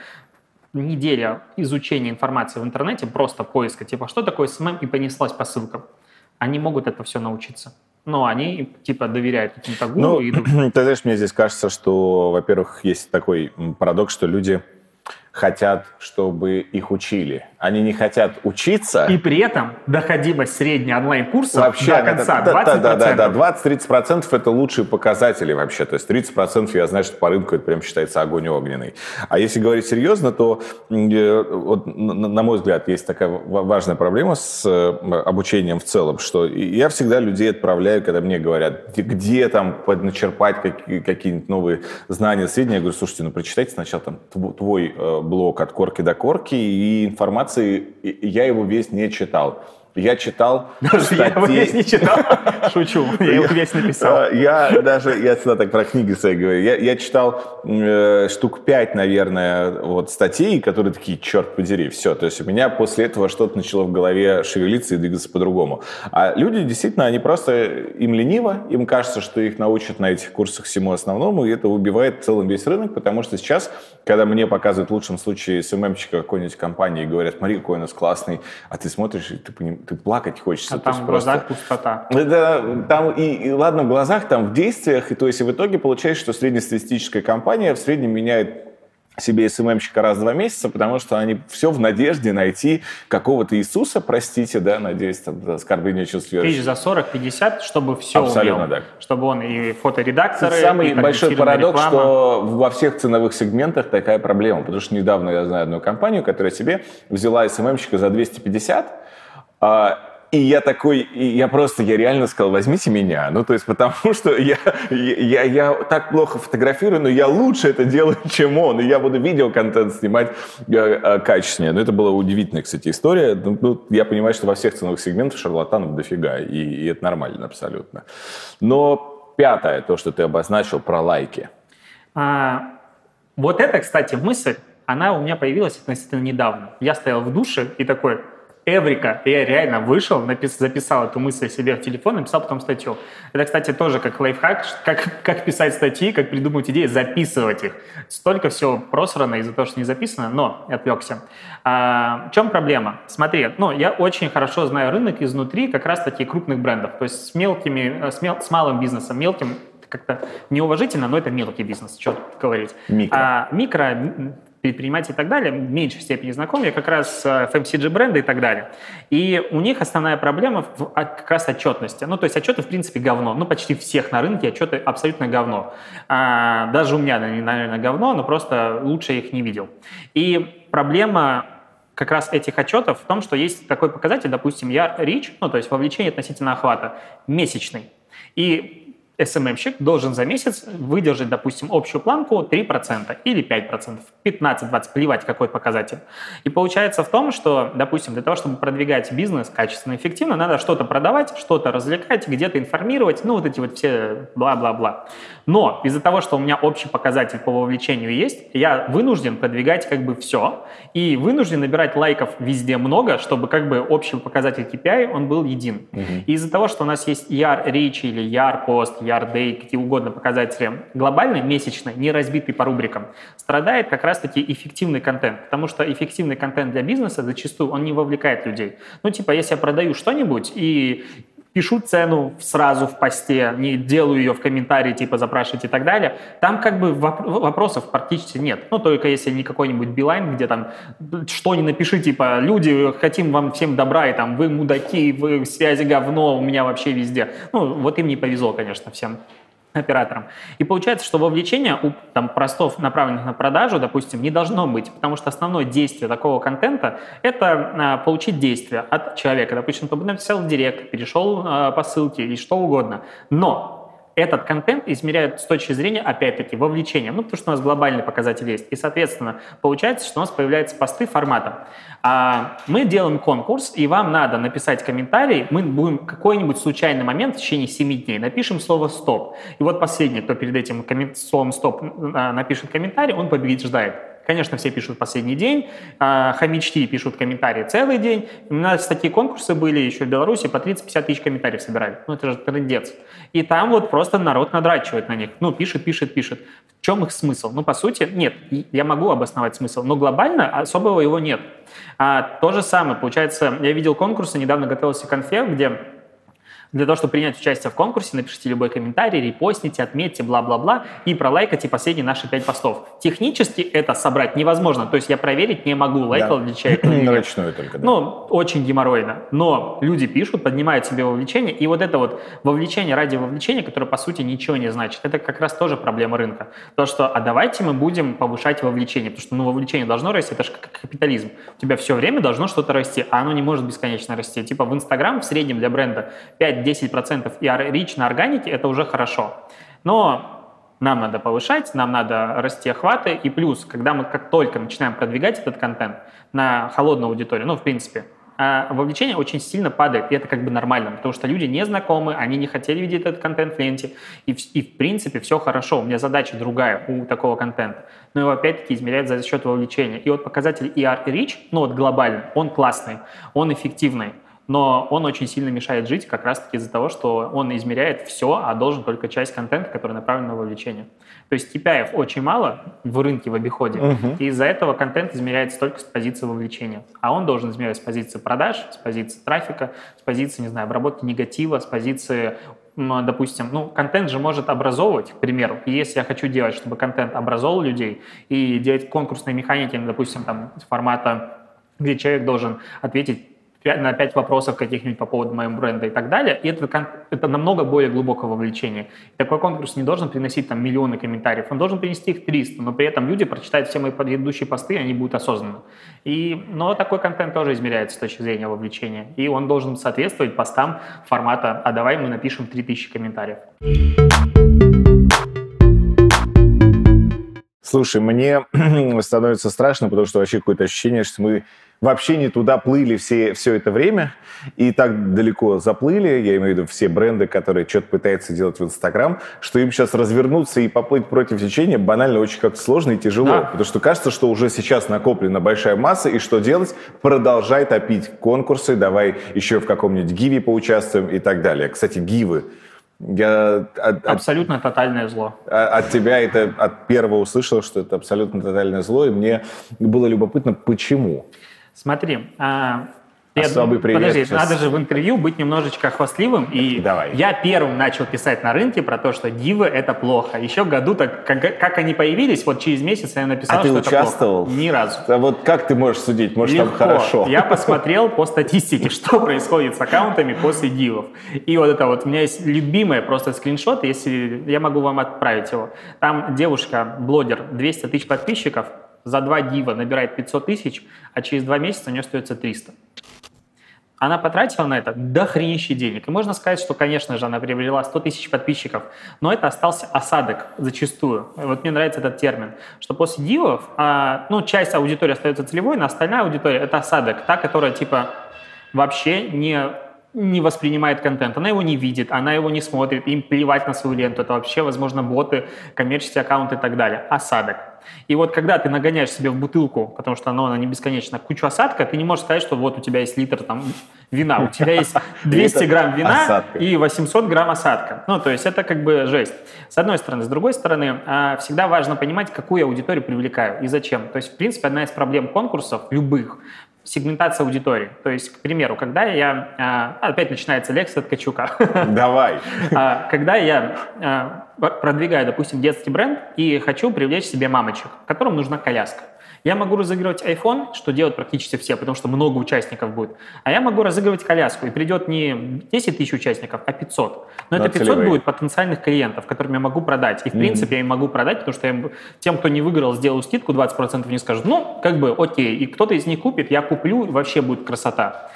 неделя изучения информации в интернете, просто поиска, типа, что такое СММ, и понеслась по ссылкам. Они могут это все научиться. Но они, типа, доверяют каким-то гуру и идут. Ты знаешь, мне здесь кажется, что, во-первых, есть такой парадокс, что люди хотят, чтобы их учили. Они не хотят учиться. И при этом доходимость средней онлайн-курса вообще, до конца 20%. Да, 20-30% это лучшие показатели вообще. То есть 30% я знаю, что по рынку это прям считается огонь огненный. А если говорить серьезно, то, вот, на мой взгляд, есть такая важная проблема с обучением в целом, что я всегда людей отправляю, когда мне говорят, где там подначерпать какие-нибудь новые знания, сведения. Я говорю, слушайте, ну прочитайте сначала там твой блог от корки до корки, и информации я его весь не читал. Я читал статьи. Я его весь не читал. Шучу, я его весь написал. Я всегда так про книги свои говорю. Я читал штук 5, наверное, вот статей, которые такие, черт подери, все. То есть у меня после этого что-то начало в голове шевелиться и двигаться по-другому. А люди действительно, они просто, им лениво, им кажется, что их научат на этих курсах всему основному, и это убивает в целом весь рынок, потому что сейчас, когда мне показывают в лучшем случае СММщика какой-нибудь компании и говорят, смотри, какой у нас классный, а ты смотришь, и ты плакать хочется. А там в глазах пустота. Да, там и ладно в глазах, там в действиях. И то есть в итоге получается, что среднестатистическая компания в среднем меняет себе СММщика раз в 2 месяца, потому что они все в надежде найти какого-то Иисуса, простите, да, надеюсь, там, оскорбление чувств верующих. Тысяч за 40-50, чтобы все абсолютно умел. Так. Чтобы он и фоторедакторы, самый и большой парадокс, реклама. что во всех ценовых сегментах такая проблема. Потому что недавно я знаю одну компанию, которая себе взяла СММщика за 250, и я такой, я реально сказал, возьмите меня. Ну, то есть, потому что я так плохо фотографирую, но я лучше это делаю, чем он. И я буду видеоконтент снимать качественнее. Но это была удивительная, кстати, история. Ну, я понимаю, что во всех ценовых сегментах шарлатанов дофига. И это нормально абсолютно. Но 5, то, что ты обозначил, про лайки. Вот эта, кстати, мысль, она у меня появилась относительно недавно. Я стоял в душе и такой... Эврика. Я реально вышел, записал эту мысль себе в телефон, написал потом статью. Это, кстати, тоже как лайфхак, как писать статьи, как придумывать идеи, записывать их. Столько всего просрано из-за того, что не записано, но отвлекся. В чем проблема? Смотри, я очень хорошо знаю рынок изнутри как раз-таки крупных брендов, то есть с малым бизнесом, мелким, как-то неуважительно, но это мелкий бизнес, что тут говорить. Микро предприниматели и так далее, в меньшей степени знаком, я как раз FMCG-бренды и так далее. И у них основная проблема как раз отчетности. То есть отчеты, в принципе, говно. Почти всех на рынке отчеты абсолютно говно. Даже у меня они, наверное, говно, но просто лучше я их не видел. И проблема как раз этих отчетов в том, что есть такой показатель, допустим, reach, то есть вовлечение относительно охвата, месячный. И СММщик должен за месяц выдержать, допустим, общую планку 3% или 5%, 15-20%, плевать какой показатель. И получается в том, что, допустим, для того, чтобы продвигать бизнес качественно и эффективно, надо что-то продавать, что-то развлекать, где-то информировать, вот эти вот все бла-бла-бла. Но из-за того, что у меня общий показатель по вовлечению есть, я вынужден продвигать все и вынужден набирать лайков везде много, чтобы общий показатель KPI, он был един. И из-за того, что у нас есть ER-reach или ER-пост, ER-day, какие угодно показатели глобальный, месячный, не разбитый по рубрикам, страдает как раз-таки эффективный контент, потому что эффективный контент для бизнеса зачастую он не вовлекает людей. Если я продаю что-нибудь и пишу цену сразу в посте, не делаю ее в комментарии, запрашивать и так далее, там вопросов практически нет. Только если не какой-нибудь Билайн, где там что ни напиши, люди, хотим вам всем добра, и вы мудаки, вы в связи говно, у меня вообще везде. Вот им не повезло, конечно, всем операторам. И получается, что вовлечение у постов, направленных на продажу, допустим, не должно быть, потому что основное действие такого контента – это получить действие от человека. Допустим, кто бы написал в директ, перешел по ссылке или что угодно. Но этот контент измеряют с точки зрения, опять-таки, вовлечения. Ну, потому что у нас глобальный показатель есть. И, соответственно, получается, что у нас появляются посты формата. Мы делаем конкурс, и вам надо написать комментарий. Мы будем какой-нибудь случайный момент в течение 7 дней напишем слово «стоп». И вот последний, кто перед этим словом «стоп» напишет комментарий, он побеждает. Конечно, все пишут последний день, хомячки пишут комментарии целый день. У нас такие конкурсы были еще в Беларуси, по 30-50 тысяч комментариев собирали. Ну, это же трындец. И там вот просто народ надрачивает на них. Ну, пишет. В чем их смысл? Ну, по сути, нет, я могу обосновать смысл, но глобально особого его нет. То же самое, получается, я видел конкурсы, недавно готовился к конфе, где для того, чтобы принять участие в конкурсе, напишите любой комментарий, репостните, отметьте, бла-бла-бла, и пролайкайте последние наши 5 постов. Технически это собрать невозможно, то есть я проверить не могу, лайкал ли человек или нет. Ручную только, да. Ну, очень геморройно. Но люди пишут, поднимают себе вовлечение, и вот это вот вовлечение ради вовлечения, которое, по сути, ничего не значит, это как раз тоже проблема рынка. То, что, давайте мы будем повышать вовлечение, потому что, вовлечение должно расти, это же как капитализм. У тебя все время должно что-то расти, а оно не может бесконечно расти. Типа в Инстаграм в среднем для бренда 5-10% и reach на органике – это уже хорошо. Но нам надо повышать, нам надо расти охваты. И плюс, когда мы как только начинаем продвигать этот контент на холодную аудиторию, в принципе, вовлечение очень сильно падает, и это как бы нормально, потому что люди не знакомы, они не хотели видеть этот контент в ленте, и в принципе все хорошо, у меня задача другая у такого контента, но его опять-таки измеряют за счет вовлечения. И вот показатель ER и Reach, глобально, он классный, он эффективный, но он очень сильно мешает жить как раз-таки из-за того, что он измеряет все, а должен только часть контента, который направлен на вовлечение. То есть KPI очень мало в рынке, в обиходе, и из-за этого контент измеряется только с позиции вовлечения. А он должен измерять с позиции продаж, с позиции трафика, с позиции, обработки негатива, с позиции, допустим, контент же может образовывать, к примеру. И если я хочу делать, чтобы контент образовывал людей и делать конкурсные механики, допустим, формата, где человек должен ответить на 5 вопросов каких-нибудь по поводу моего бренда и так далее, и это намного более глубокое вовлечение. Такой конкурс не должен приносить миллионы комментариев, он должен принести их 300, но при этом люди прочитают все мои предыдущие посты, и они будут осознанны. Но такой контент тоже измеряется с точки зрения вовлечения, и он должен соответствовать постам формата давай мы напишем 3000 комментариев. Слушай, мне становится страшно, потому что вообще какое-то ощущение, что мы вообще не туда плыли все это время и так далеко заплыли, я имею в виду все бренды, которые что-то пытаются делать в Инстаграм, что им сейчас развернуться и поплыть против течения банально очень как-то сложно и тяжело. Да. Потому что кажется, что уже сейчас накоплена большая масса, и что делать? Продолжай топить конкурсы, давай еще в каком-нибудь гиве поучаствуем и так далее. Кстати, гивы. Абсолютно тотальное зло. От тебя это от первого услышал, что это абсолютно тотальное зло, и мне было любопытно, почему. Смотри, особый привет. Подожди, сейчас. надо же в интервью быть немножечко хвастливым. И давай. Я первым начал писать на рынке про то, что гивы — это плохо. Еще году, как они появились, вот через месяц я написал, что это плохо. А ты участвовал? Ни разу. А вот как ты можешь судить? Может, легко. Там хорошо? Я посмотрел по статистике, что происходит с аккаунтами после гивов. И вот это вот, у меня есть любимый просто скриншот, если я могу вам отправить его. Там девушка, блогер, 200 тысяч подписчиков, за 2 гива набирает 500 тысяч, а через 2 месяца у нее остается 300. Она потратила на это дохренища денег. И можно сказать, что, конечно же, она приобрела 100 тысяч подписчиков, но это остался осадок зачастую. Вот мне нравится этот термин, что после гивов, часть аудитории остается целевой, но остальная аудитория — это осадок, та, которая вообще не воспринимает контент, она его не видит, она его не смотрит, им плевать на свою ленту, это вообще, возможно, боты, коммерческие аккаунты и так далее. Осадок. И вот когда ты нагоняешь себе в бутылку, потому что она не бесконечна, кучу осадка, ты не можешь сказать, что вот у тебя есть литр вина, у тебя есть 200 грамм вина и 800 грамм осадка. То есть это жесть. С одной стороны. С другой стороны, всегда важно понимать, какую аудиторию привлекаю и зачем. То есть, в принципе, одна из проблем конкурсов, любых, сегментация аудитории. То есть, к примеру, когда я... Опять начинается лекция от Ткачука. Давай. Когда я продвигаю, допустим, детский бренд и хочу привлечь себе мамочек, которым нужна коляска. Я могу разыгрывать iPhone, что делают практически все, потому что много участников будет. А я могу разыгрывать коляску, и придет не 10 тысяч участников, а 500. Но это 500 целевые. Будет потенциальных клиентов, которым я могу продать. И, в принципе, я им могу продать, потому что я тем, кто не выиграл, сделаю скидку 20%, они скажут, окей, и кто-то из них купит, я куплю, и вообще будет красота.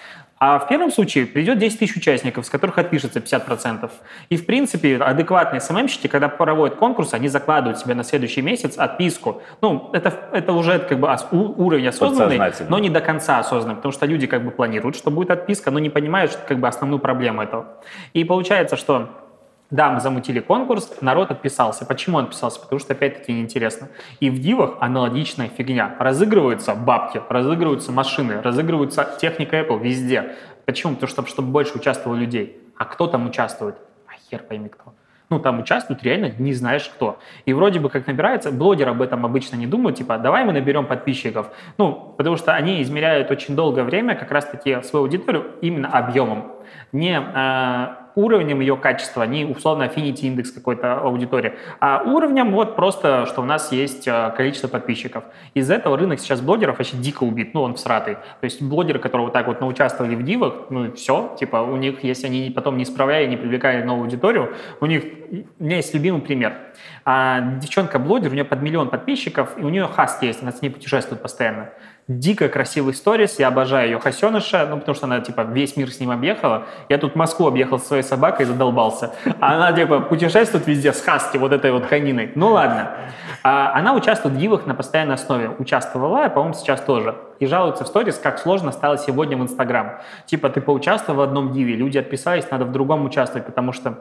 А в первом случае придет 10 тысяч участников, с которых отпишется 50%. И, в принципе, адекватные СММщики, когда проводят конкурс, они закладывают себе на следующий месяц отписку. Ну, это уже как бы уровень осознанный, но не до конца осознанный, потому что люди как бы планируют, что будет отписка, но не понимают как бы основную проблему этого. И получается, что да, мы замутили конкурс, народ отписался. Почему он отписался? Потому что, опять-таки, неинтересно. И в дивах аналогичная фигня. Разыгрываются бабки, разыгрываются машины, разыгрывается техника Apple везде. Почему? Потому что, чтобы больше участвовало людей. А кто там участвует? А хер пойми кто. Ну, там участвует реально не знаешь кто. И вроде бы как набирается, блогеры об этом обычно не думают, типа, давай мы наберем подписчиков. Ну, потому что они измеряют очень долгое время как раз-таки свою аудиторию именно объемом. Не уровнем ее качества, не условно affinity индекс какой-то аудитории, а уровнем вот просто, что у нас есть количество подписчиков. Из-за этого рынок сейчас блогеров вообще дико убит, ну он всратый. То есть блогеры, которые вот так вот научаствовали в дивах, ну все, типа у них, если они потом не справляли, не привлекали новую аудиторию, у меня есть любимый пример. Девчонка-блогер, у нее под 1 миллион подписчиков, и у нее хаски есть, она с ней путешествует постоянно. Дико красивый сторис, я обожаю ее хасеныша, ну, потому что она, типа, весь мир с ним объехала. Я тут Москву объехал со своей собакой и задолбался. А она, типа, путешествует везде с хаски, вот этой вот кониной. Ну, ладно. Она участвует в дивах на постоянной основе. Участвовала, по-моему, сейчас тоже. И жалуется в сторис, как сложно стало сегодня в Инстаграм. Типа, ты поучаствовал в одном диве, люди отписались, надо в другом участвовать, потому что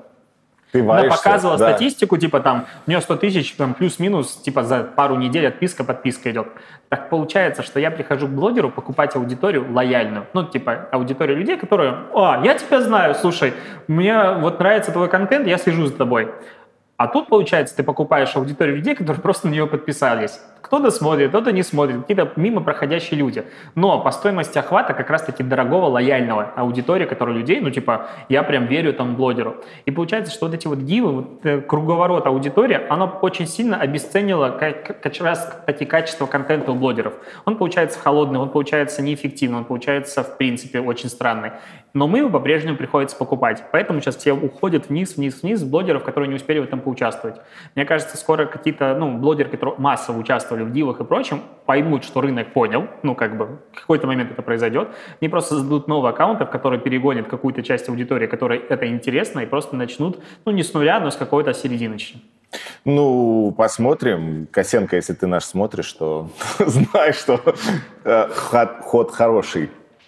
она показывала статистику, типа там, у нее 100 тысяч, там, плюс-минус, типа за пару недель подписка идет. Так получается, что я прихожу к блогеру покупать аудиторию лояльную. Ну, типа, аудиторию людей, которые, я тебя знаю, слушай, мне вот нравится твой контент, я слежу за тобой. А тут, получается, ты покупаешь аудиторию людей, которые просто на нее подписались. Кто-то смотрит, кто-то не смотрит, какие-то мимо проходящие люди. Но по стоимости охвата как раз-таки дорогого, лояльного аудитории, которая людей, ну, типа, я прям верю этому блогеру. И получается, что вот эти вот дивы, вот, круговорот аудитории, оно очень сильно обесценило как раз таки качество контента у блогеров. Он получается холодный, он получается неэффективный, он получается, в принципе, очень странный. Но мы его по-прежнему приходится покупать. Поэтому сейчас все уходят вниз с блогеров, которые не успели в этом поучаствовать. Мне кажется, скоро какие-то, блогеры, которые массово участвовали в дивах и прочем, поймут, что рынок понял, в какой-то момент это произойдет. Они просто создадут новые аккаунты, в которые перегонят какую-то часть аудитории, которой это интересно, и просто начнут, не с нуля, но с какой-то серединочки. Посмотрим. Косенко, если ты наш смотришь, то знаешь, что ход хороший.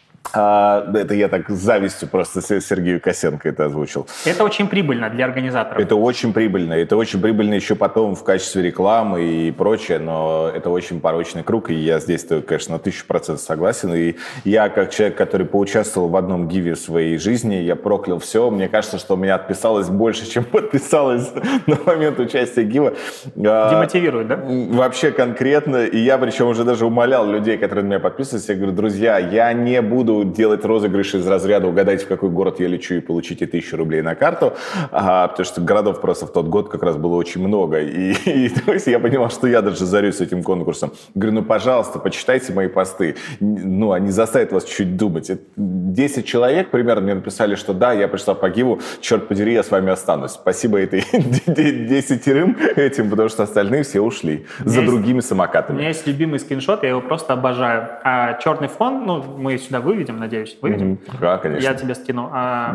Это я так с завистью просто Сергею Косенко это озвучил. Это очень прибыльно для организаторов. Это очень прибыльно. Это очень прибыльно еще потом в качестве рекламы и прочее, но это очень порочный круг, и я здесь, конечно, на 1000% согласен. И я, как человек, который поучаствовал в одном гиве в своей жизни, я проклял все. Мне кажется, что у меня отписалось больше, чем подписалось на момент участия гива. Демотивирует, да? Вообще конкретно. И я, причем, уже даже умолял людей, которые на меня подписывались, я говорю, друзья, я не буду делать розыгрыши из разряда угадайте, в какой город я лечу и получите 1000 рублей на карту, потому что городов просто в тот год как раз было очень много. И то есть я понимал, что я даже зарюсь с этим конкурсом. Говорю, пожалуйста, почитайте мои посты. Они заставят вас чуть-чуть думать. 10 человек примерно мне написали, что да, я пришла по гиву, черт подери, я с вами останусь. Спасибо этой 10 этим, потому что остальные все ушли за другими самокатами. У меня есть любимый скриншот, я его просто обожаю. Черный фон, мы сюда выведем, надеюсь. Выведем? Да, конечно. Я тебе скину.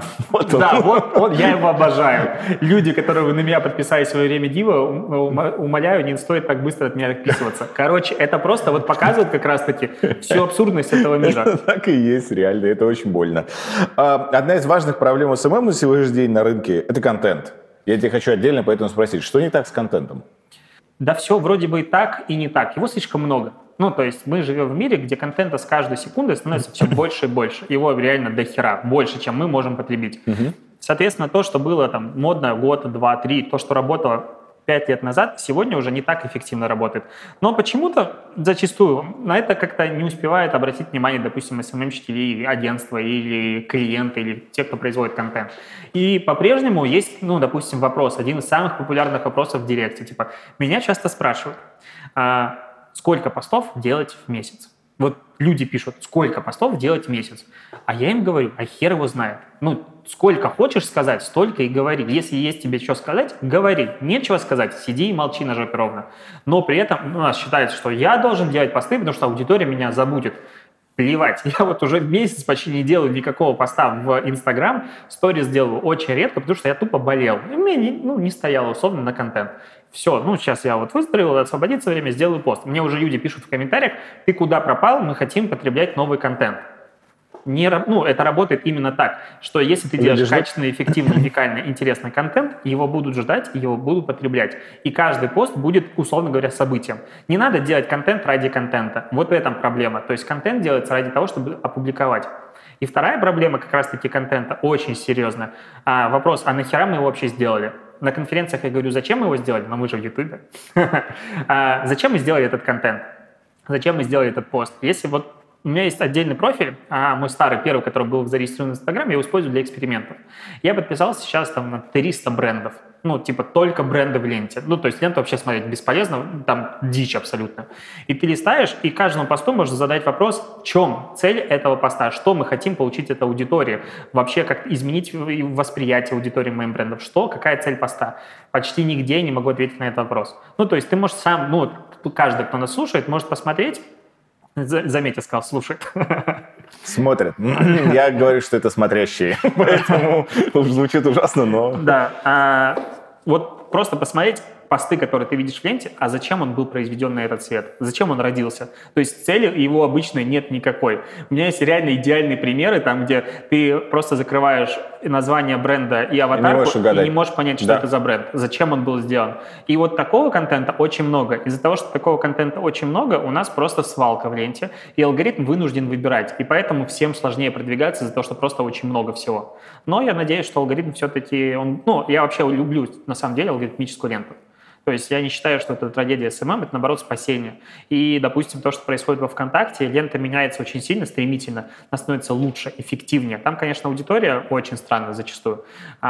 Вот я его обожаю. Люди, которые на меня подписались в свое время дива, умоляю, не стоит так быстро от меня отписываться. Короче, это просто показывает как раз-таки всю абсурдность этого мира. Это так и есть, реально. Это очень больно. Одна из важных проблем СММ на сегодняшний день на рынке – это контент. Я тебя хочу отдельно поэтому спросить, что не так с контентом? Да все вроде бы и так, и не так. Его слишком много. То есть мы живем в мире, где контента с каждой секундой становится все больше и больше. Его реально до хера, больше, чем мы можем потребить. Соответственно, то, что было модно год, 2, 3, то, что работало 5 лет назад, сегодня уже не так эффективно работает. Но почему-то зачастую на это как-то не успевает обратить внимание, допустим, СММщики или агентства, или клиенты, или те, кто производит контент. И по-прежнему есть, допустим, вопрос, один из самых популярных вопросов в Директе. Меня часто спрашивают, сколько постов делать в месяц? Вот люди пишут, сколько постов делать в месяц? А я им говорю, а хер его знает. Сколько хочешь сказать, столько и говори. Если есть тебе что сказать, говори. Нечего сказать, сиди и молчи на жопе ровно. Но при этом у нас считается, что я должен делать посты, потому что аудитория меня забудет. плевать. Я вот уже месяц почти не делаю никакого поста в Инстаграм, сторис делаю очень редко, потому что я тупо болел. И мне не стояло условно на контент. Все, сейчас я вот выздоровел, освободится время, сделаю пост. Мне уже люди пишут в комментариях: ты куда пропал, мы хотим потреблять новый контент. Это работает именно так, что если ты делаешь качественный, эффективный, уникальный, интересный контент, его будут ждать, его будут потреблять. И каждый пост будет, условно говоря, событием. Не надо делать контент ради контента. Вот в этом проблема. То есть контент делается ради того, чтобы опубликовать. И вторая проблема как раз-таки контента очень серьезная. Вопрос, а нахера мы его вообще сделали? На конференциях я говорю, зачем мы его сделали? Но мы же в Ютубе. Зачем мы сделали этот контент? Зачем мы сделали этот пост? Если вот у меня есть отдельный профиль, мой старый, первый, который был зарегистрирован в Инстаграме, я его использую для экспериментов. Я подписался сейчас на 300 брендов. Только бренды в ленте. То есть ленту вообще смотреть бесполезно, там дичь абсолютно. И ты листаешь, и каждому посту можно задать вопрос, в чем цель этого поста, что мы хотим получить от аудитории, вообще как изменить восприятие аудитории моим брендом, какая цель поста. Почти нигде я не могу ответить на этот вопрос. То есть ты можешь сам, каждый, кто нас слушает, может посмотреть. Заметь, я сказал, слушает. Смотрят. Я говорю, что это смотрящие, поэтому звучит ужасно, но... Да, вот просто посмотреть посты, которые ты видишь в ленте, а зачем он был произведен на этот свет, зачем он родился. То есть цели его обычно нет никакой. У меня есть реально идеальные примеры, там, где ты просто закрываешь название бренда и аватарку, и не можешь понять, что это за бренд, зачем он был сделан. И вот такого контента очень много. Из-за того, что такого контента очень много, у нас просто свалка в ленте, и алгоритм вынужден выбирать. И поэтому всем сложнее продвигаться из-за того, что просто очень много всего. Но я надеюсь, что алгоритм все-таки... я вообще люблю, на самом деле, алгоритмическую ленту. То есть я не считаю, что это трагедия СММ, это, наоборот, спасение. И, допустим, то, что происходит во ВКонтакте, лента меняется очень сильно, стремительно, она становится лучше, эффективнее. Там, конечно, аудитория очень странная зачастую.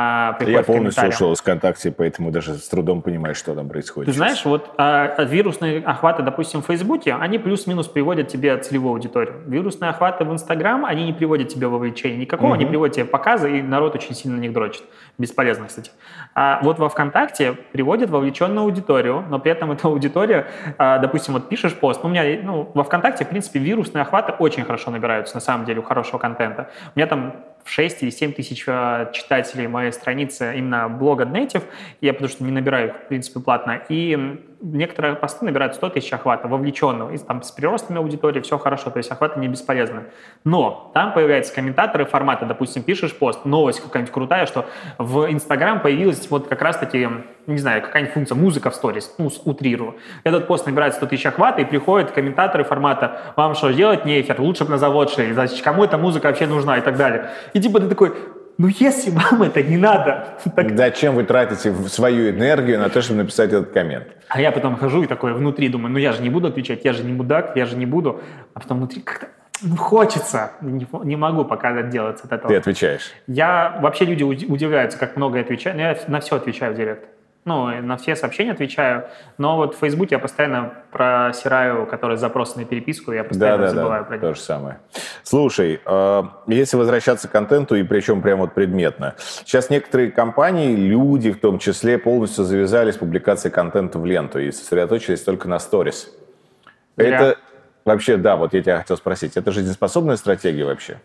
Я полностью ушел из ВКонтакте, поэтому даже с трудом понимаю, что там происходит. Ты знаешь, вирусные охваты, допустим, в Фейсбуке, они плюс-минус приводят тебе целевую аудиторию. Вирусные охваты в Инстаграм, они не приводят тебя в вовлечение никакого, они приводят тебе показы, и народ очень сильно на них дрочит. Бесполезно, кстати. А вот во ВКонтакте приводят вовлеченную аудиторию, но при этом эта аудитория, допустим, вот пишешь пост, во ВКонтакте, в принципе, вирусные охваты очень хорошо набираются, на самом деле, у хорошего контента. У меня там 6 или 7 тысяч читателей моей страницы именно блога Native, потому что не набираю их, в принципе, платно, и некоторые посты набирают 100 тысяч охвата, вовлеченного, и там с приростами аудитории все хорошо, то есть охваты не бесполезны. Но там появляются комментаторы формата, допустим, пишешь пост, новость какая-нибудь крутая, что в Инстаграм появилась вот как раз-таки, не знаю, какая-нибудь функция музыка в сторис, утрирую. Этот пост набирает 100 тысяч охвата, и приходят комментаторы формата, вам что, делать нефер, лучше бы на завод шли, значит, кому эта музыка вообще нужна и так далее. И типа ты такой... если вам это не надо... Зачем вы тратите свою энергию на то, чтобы написать этот коммент? А я потом хожу и такой внутри думаю, я же не буду отвечать, я же не мудак, я же не буду. А потом внутри как-то хочется. Не могу пока отделаться от этого. Ты отвечаешь? Вообще люди удивляются, как много я отвечаю. Но я на все отвечаю в директ. На все сообщения отвечаю, но вот в Фейсбуке я постоянно просираю, которые запросы на переписку, я постоянно забываю про них. То же самое. Слушай, если возвращаться к контенту, и причем прямо вот предметно, сейчас некоторые компании, люди в том числе, полностью завязали с публикацией контента в ленту и сосредоточились только на сторис. Это вообще, вот я тебя хотел спросить, это жизнеспособная стратегия вообще?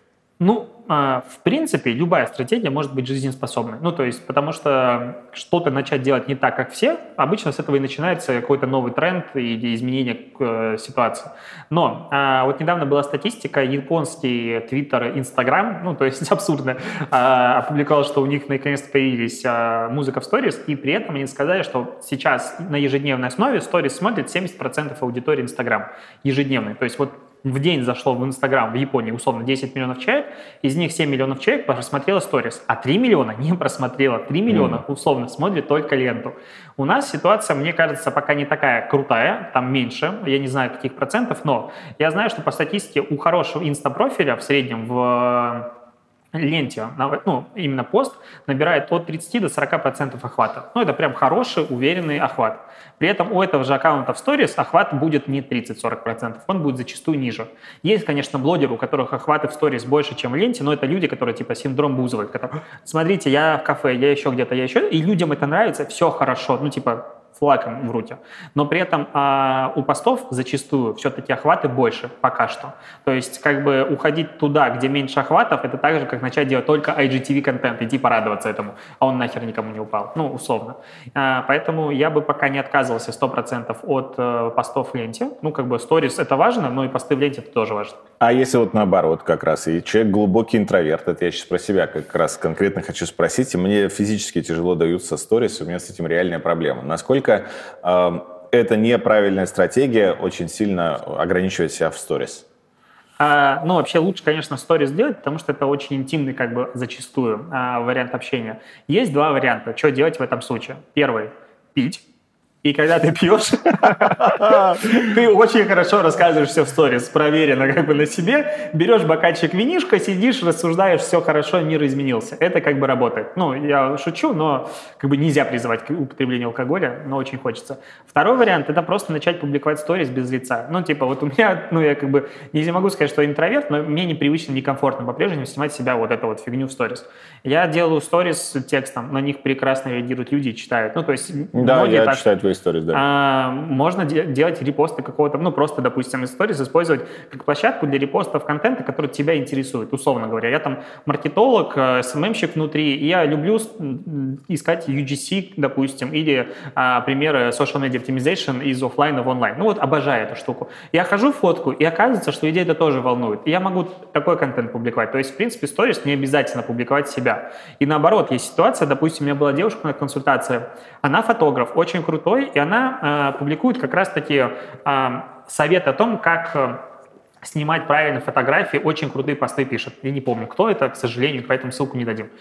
В принципе, любая стратегия может быть жизнеспособной. Потому что что-то начать делать не так, как все, обычно с этого и начинается какой-то новый тренд или изменение ситуации. Но вот недавно была статистика, японский Twitter, Instagram, то есть абсурдно, опубликовал, что у них наконец-то появились музыка в сторис, и при этом они сказали, что сейчас на ежедневной основе сторис смотрит 70% аудитории Instagram ежедневной. То есть вот в день зашло в Инстаграм в Японии условно 10 миллионов человек, из них 7 миллионов человек просмотрело сторис, а 3 миллиона не просмотрело. 3 миллиона условно смотрят только ленту. У нас ситуация, мне кажется, пока не такая крутая, там меньше, я не знаю каких процентов, но я знаю, что по статистике у хорошего инста-профиля в среднем в ленте, именно пост, набирает от 30 до 40% охвата. Это прям хороший, уверенный охват. При этом у этого же аккаунта в сторис охват будет не 30-40%, он будет зачастую ниже. Есть, конечно, блогеры, у которых охваты в сторис больше, чем в ленте, но это люди, которые типа синдром Бузовой, которые, смотрите, я в кафе, я еще где-то, и людям это нравится, все хорошо, флагом в руки. Но при этом у постов зачастую все-таки охваты больше пока что. То есть как бы уходить туда, где меньше охватов, это так же, как начать делать только IGTV-контент, идти порадоваться этому, а он нахер никому не упал. Ну, условно. Поэтому я бы пока не отказывался 100% от постов в ленте. Ну, как бы сторис — это важно, но и посты в ленте — это тоже важно. А если вот наоборот как раз, и человек глубокий интроверт, это я сейчас про себя как раз конкретно хочу спросить, и мне физически тяжело даются сторис, у меня с этим реальная проблема. Насколько это неправильная стратегия очень сильно ограничивать себя в сторис? Ну, вообще лучше, конечно, сторис делать, потому что это очень интимный, как бы, зачастую вариант общения. Есть два варианта, что делать в этом случае. Первый — пить. И когда ты пьешь, ты очень хорошо рассказываешь все в сторис, проверено как бы на себе, берешь бокальчик винишко, сидишь, рассуждаешь, все хорошо, мир изменился. Это как бы работает. Ну, я шучу, но как бы нельзя призывать к употреблению алкоголя, но очень хочется. Второй вариант — это просто начать публиковать сторис без лица. Ну, типа, вот у меня, ну, я как бы не могу сказать, что я интроверт, но мне непривычно, некомфортно по-прежнему снимать себя вот эту вот фигню в сторис. Я делаю сторис с текстом, на них прекрасно реагируют люди и читают. Ну, то есть... Да, я читаю твои сторис, да. Можно делать репосты какого-то, ну, просто, допустим, из сторис использовать как площадку для репостов контента, который тебя интересует, условно говоря. Я там маркетолог, СММщик внутри, и я люблю искать UGC, допустим, или примеры social media optimization из офлайна в онлайн. Ну, вот обожаю эту штуку. Я хожу в фотку, и оказывается, что людей это тоже волнует. И я могу такой контент публиковать. То есть, в принципе, сторис не обязательно публиковать себя. И наоборот, есть ситуация, допустим, у меня была девушка на консультации, она фотограф, очень крутой, и она публикует как раз-таки совет о том, как снимать правильно фотографии, очень крутые посты пишет. Я не помню, кто это, к сожалению, поэтому ссылку не дадим.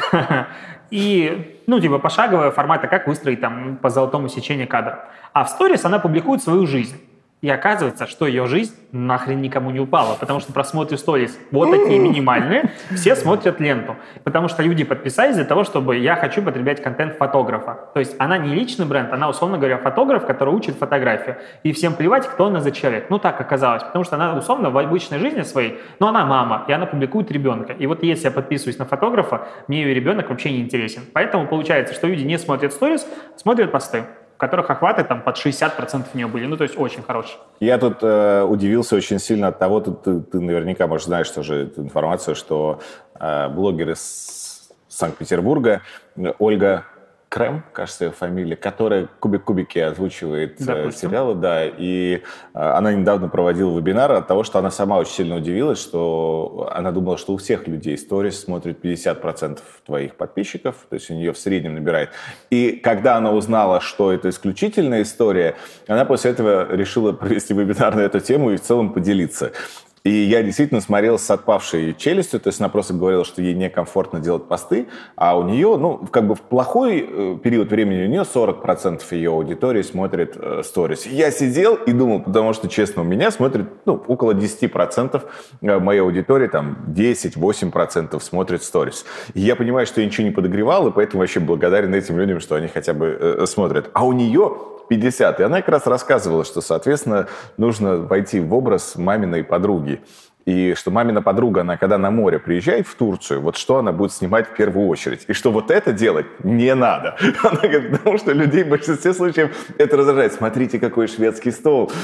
И, ну, типа, пошаговая формата, как выстроить там по золотому сечению кадр. А в сторис она публикует свою жизнь. И оказывается, что ее жизнь нахрен никому не упала, потому что просмотры сторис вот такие минимальные, все смотрят ленту. Потому что люди подписались для того, чтобы я хочу потреблять контент фотографа. То есть она не личный бренд, она, условно говоря, фотограф, который учит фотографию. И всем плевать, кто она за человек. Ну, так оказалось. Потому что она, условно, в обычной жизни своей, но она мама, и она публикует ребенка. И вот если я подписываюсь на фотографа, мне ее ребенок вообще не интересен. Поэтому получается, что люди не смотрят сторис, смотрят посты, в которых охваты там под 60% у нее были. Ну, то есть очень хорошие. Я тут удивился очень сильно от того, ты наверняка, может, знаешь тоже эту информацию, что блогер из Санкт-Петербурга Ольга Крем, кажется, ее фамилия, которая «Кубик-кубики» озвучивает сериалы, да, и она недавно проводила вебинар от того, что она сама очень сильно удивилась, что она думала, что у всех людей сторис смотрит 50% твоих подписчиков, то есть у нее в среднем набирает. И когда она узнала, что это исключительная история, она после этого решила провести вебинар на эту тему и в целом поделиться. И я действительно смотрел с отпавшей челюстью, то есть она просто говорила, что ей некомфортно делать посты, а у нее, ну, как бы в плохой период времени у нее 40% ее аудитории смотрит сторис. Я сидел и думал, потому что, честно, у меня смотрит, ну, около 10% моей аудитории, там, 10-8% смотрит сторис. И я понимаю, что я ничего не подогревал, и поэтому вообще благодарен этим людям, что они хотя бы смотрят. А у нее 50. И она как раз рассказывала, что, соответственно, нужно войти в образ маминой подруги. И что мамина подруга, она когда на море приезжает в Турцию, вот что она будет снимать в первую очередь. И что вот это делать не надо. Она говорит, потому что людей в большинстве случаев это раздражает. Смотрите, какой шведский стол.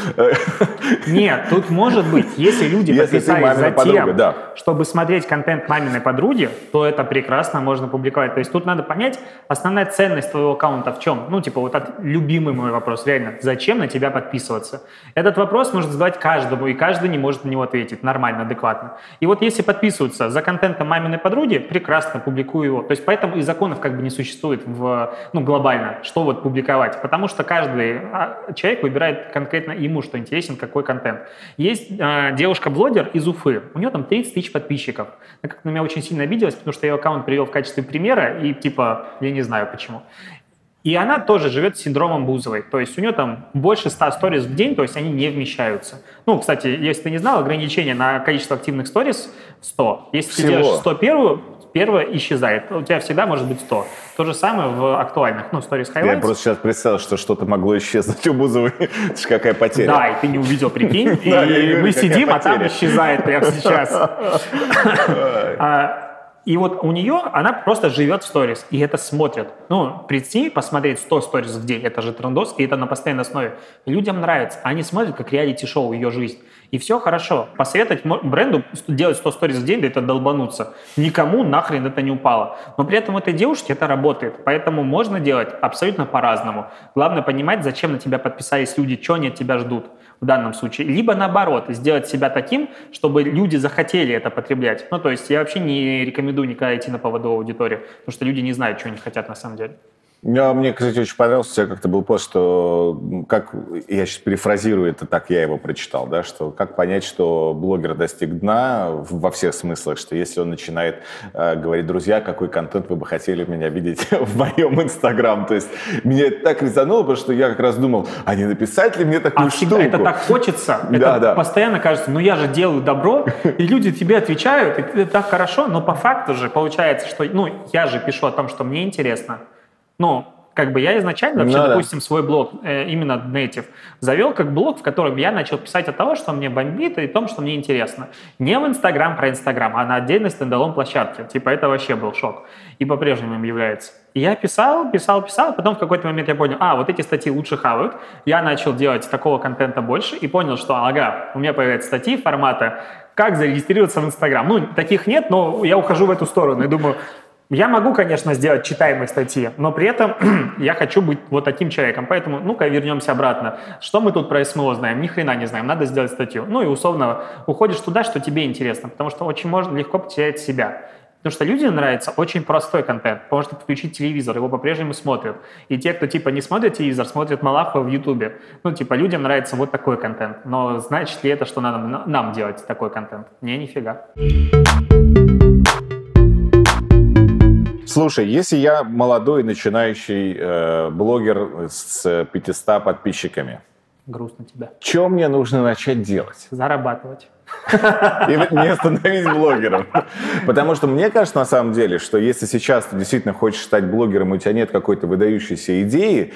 Нет, тут может быть, если люди подписались за тем, чтобы смотреть контент маминой подруги, то это прекрасно можно публиковать. То есть тут надо понять, основная ценность твоего аккаунта в чем. Ну, типа, вот любимый мой вопрос, реально. Зачем на тебя подписываться? Этот вопрос нужно задавать каждому, и каждый не может на него ответить нормально, адекватно. И вот если подписываются за контентом маминой подруги, прекрасно публикую его. То есть поэтому и законов как бы не существует глобально, что вот публиковать. Потому что каждый человек выбирает конкретно ему, что интересен, какой контент. Есть девушка-блогер из Уфы, у нее там 30 тысяч подписчиков. Она как на меня очень сильно обиделась, потому что я ее аккаунт привел в качестве примера, и типа, я не знаю почему. И она тоже живет с синдромом Бузовой. То есть у нее там больше 100 сториз в день, то есть они не вмещаются. Ну, кстати, если ты не знал, ограничение на количество активных сториз 100. Если ты делаешь 101, первое исчезает. У тебя всегда может быть 100. То же самое в актуальных, ну, stories highlights. Я просто сейчас представил, что что-то могло исчезнуть у Бузовой. Это же какая потеря. Да, и ты не увидел, прикинь. И мы сидим, а там исчезает прямо сейчас. И вот у нее, она просто живет в сторис, и это смотрят. Ну, прийти, посмотреть 100 сторис в день, это же трендос, и это на постоянной основе. Людям нравится. Они смотрят как реалити-шоу ее жизнь. И все хорошо. Посоветовать бренду делать 100 сторис в день, да это долбануться. Никому нахрен это не упало. Но при этом этой девушке это работает. Поэтому можно делать абсолютно по-разному. Главное понимать, зачем на тебя подписались люди, что они от тебя ждут в данном случае. Либо наоборот, сделать себя таким, чтобы люди захотели это потреблять. Ну, то есть я вообще не рекомендую никогда идти на поводу аудитории, потому что люди не знают, что они хотят на самом деле. Мне, кстати, очень понравился, у тебя как-то был пост, что, как, я сейчас перефразирую это, так я его прочитал, да, что как понять, что блогер достиг дна во всех смыслах, что если он начинает говорить: друзья, какой контент вы бы хотели меня видеть в моем Инстаграм, то есть меня это так резануло, потому что я как раз думал, а не написать ли мне такую штуку? Это так хочется, это постоянно кажется, ну я же делаю добро, и люди тебе отвечают, и это так хорошо, но по факту же получается, что, ну, я же пишу о том, что мне интересно. Ну, как бы я изначально вообще, допустим, свой блог, именно Native, завел как блог, в котором я начал писать о том, что мне бомбит, и о том, что мне интересно. Не в Инстаграм про Инстаграм, а на отдельной стендалон площадке. Типа это вообще был шок. И по-прежнему им является. И я писал, а потом в какой-то момент я понял, вот эти статьи лучше хавают. Я начал делать такого контента больше и понял, что, у меня появляются статьи формата «Как зарегистрироваться в Инстаграм». Ну, таких нет, но я ухожу в эту сторону и думаю, я могу, конечно, сделать читаемые статьи, но при этом я хочу быть вот таким человеком. Поэтому, ну-ка, вернемся обратно. Что мы тут про СМО знаем? Ни хрена не знаем, надо сделать статью. Ну и условно уходишь туда, что тебе интересно, потому что очень можно легко потерять себя. Потому что людям нравится очень простой контент. Можно включить телевизор, его по-прежнему смотрят. И те, кто типа не смотрит телевизор, смотрят Малахова в Ютубе. Ну типа людям нравится вот такой контент. Но значит ли это, что надо нам делать такой контент? Не, нифига. Слушай, если я молодой начинающий блогер с 500 подписчиками, грустно тебя. Что мне нужно начать делать? Зарабатывать. И не становись блогером. Потому что мне кажется, на самом деле, что если сейчас ты действительно хочешь стать блогером, и у тебя нет какой-то выдающейся идеи,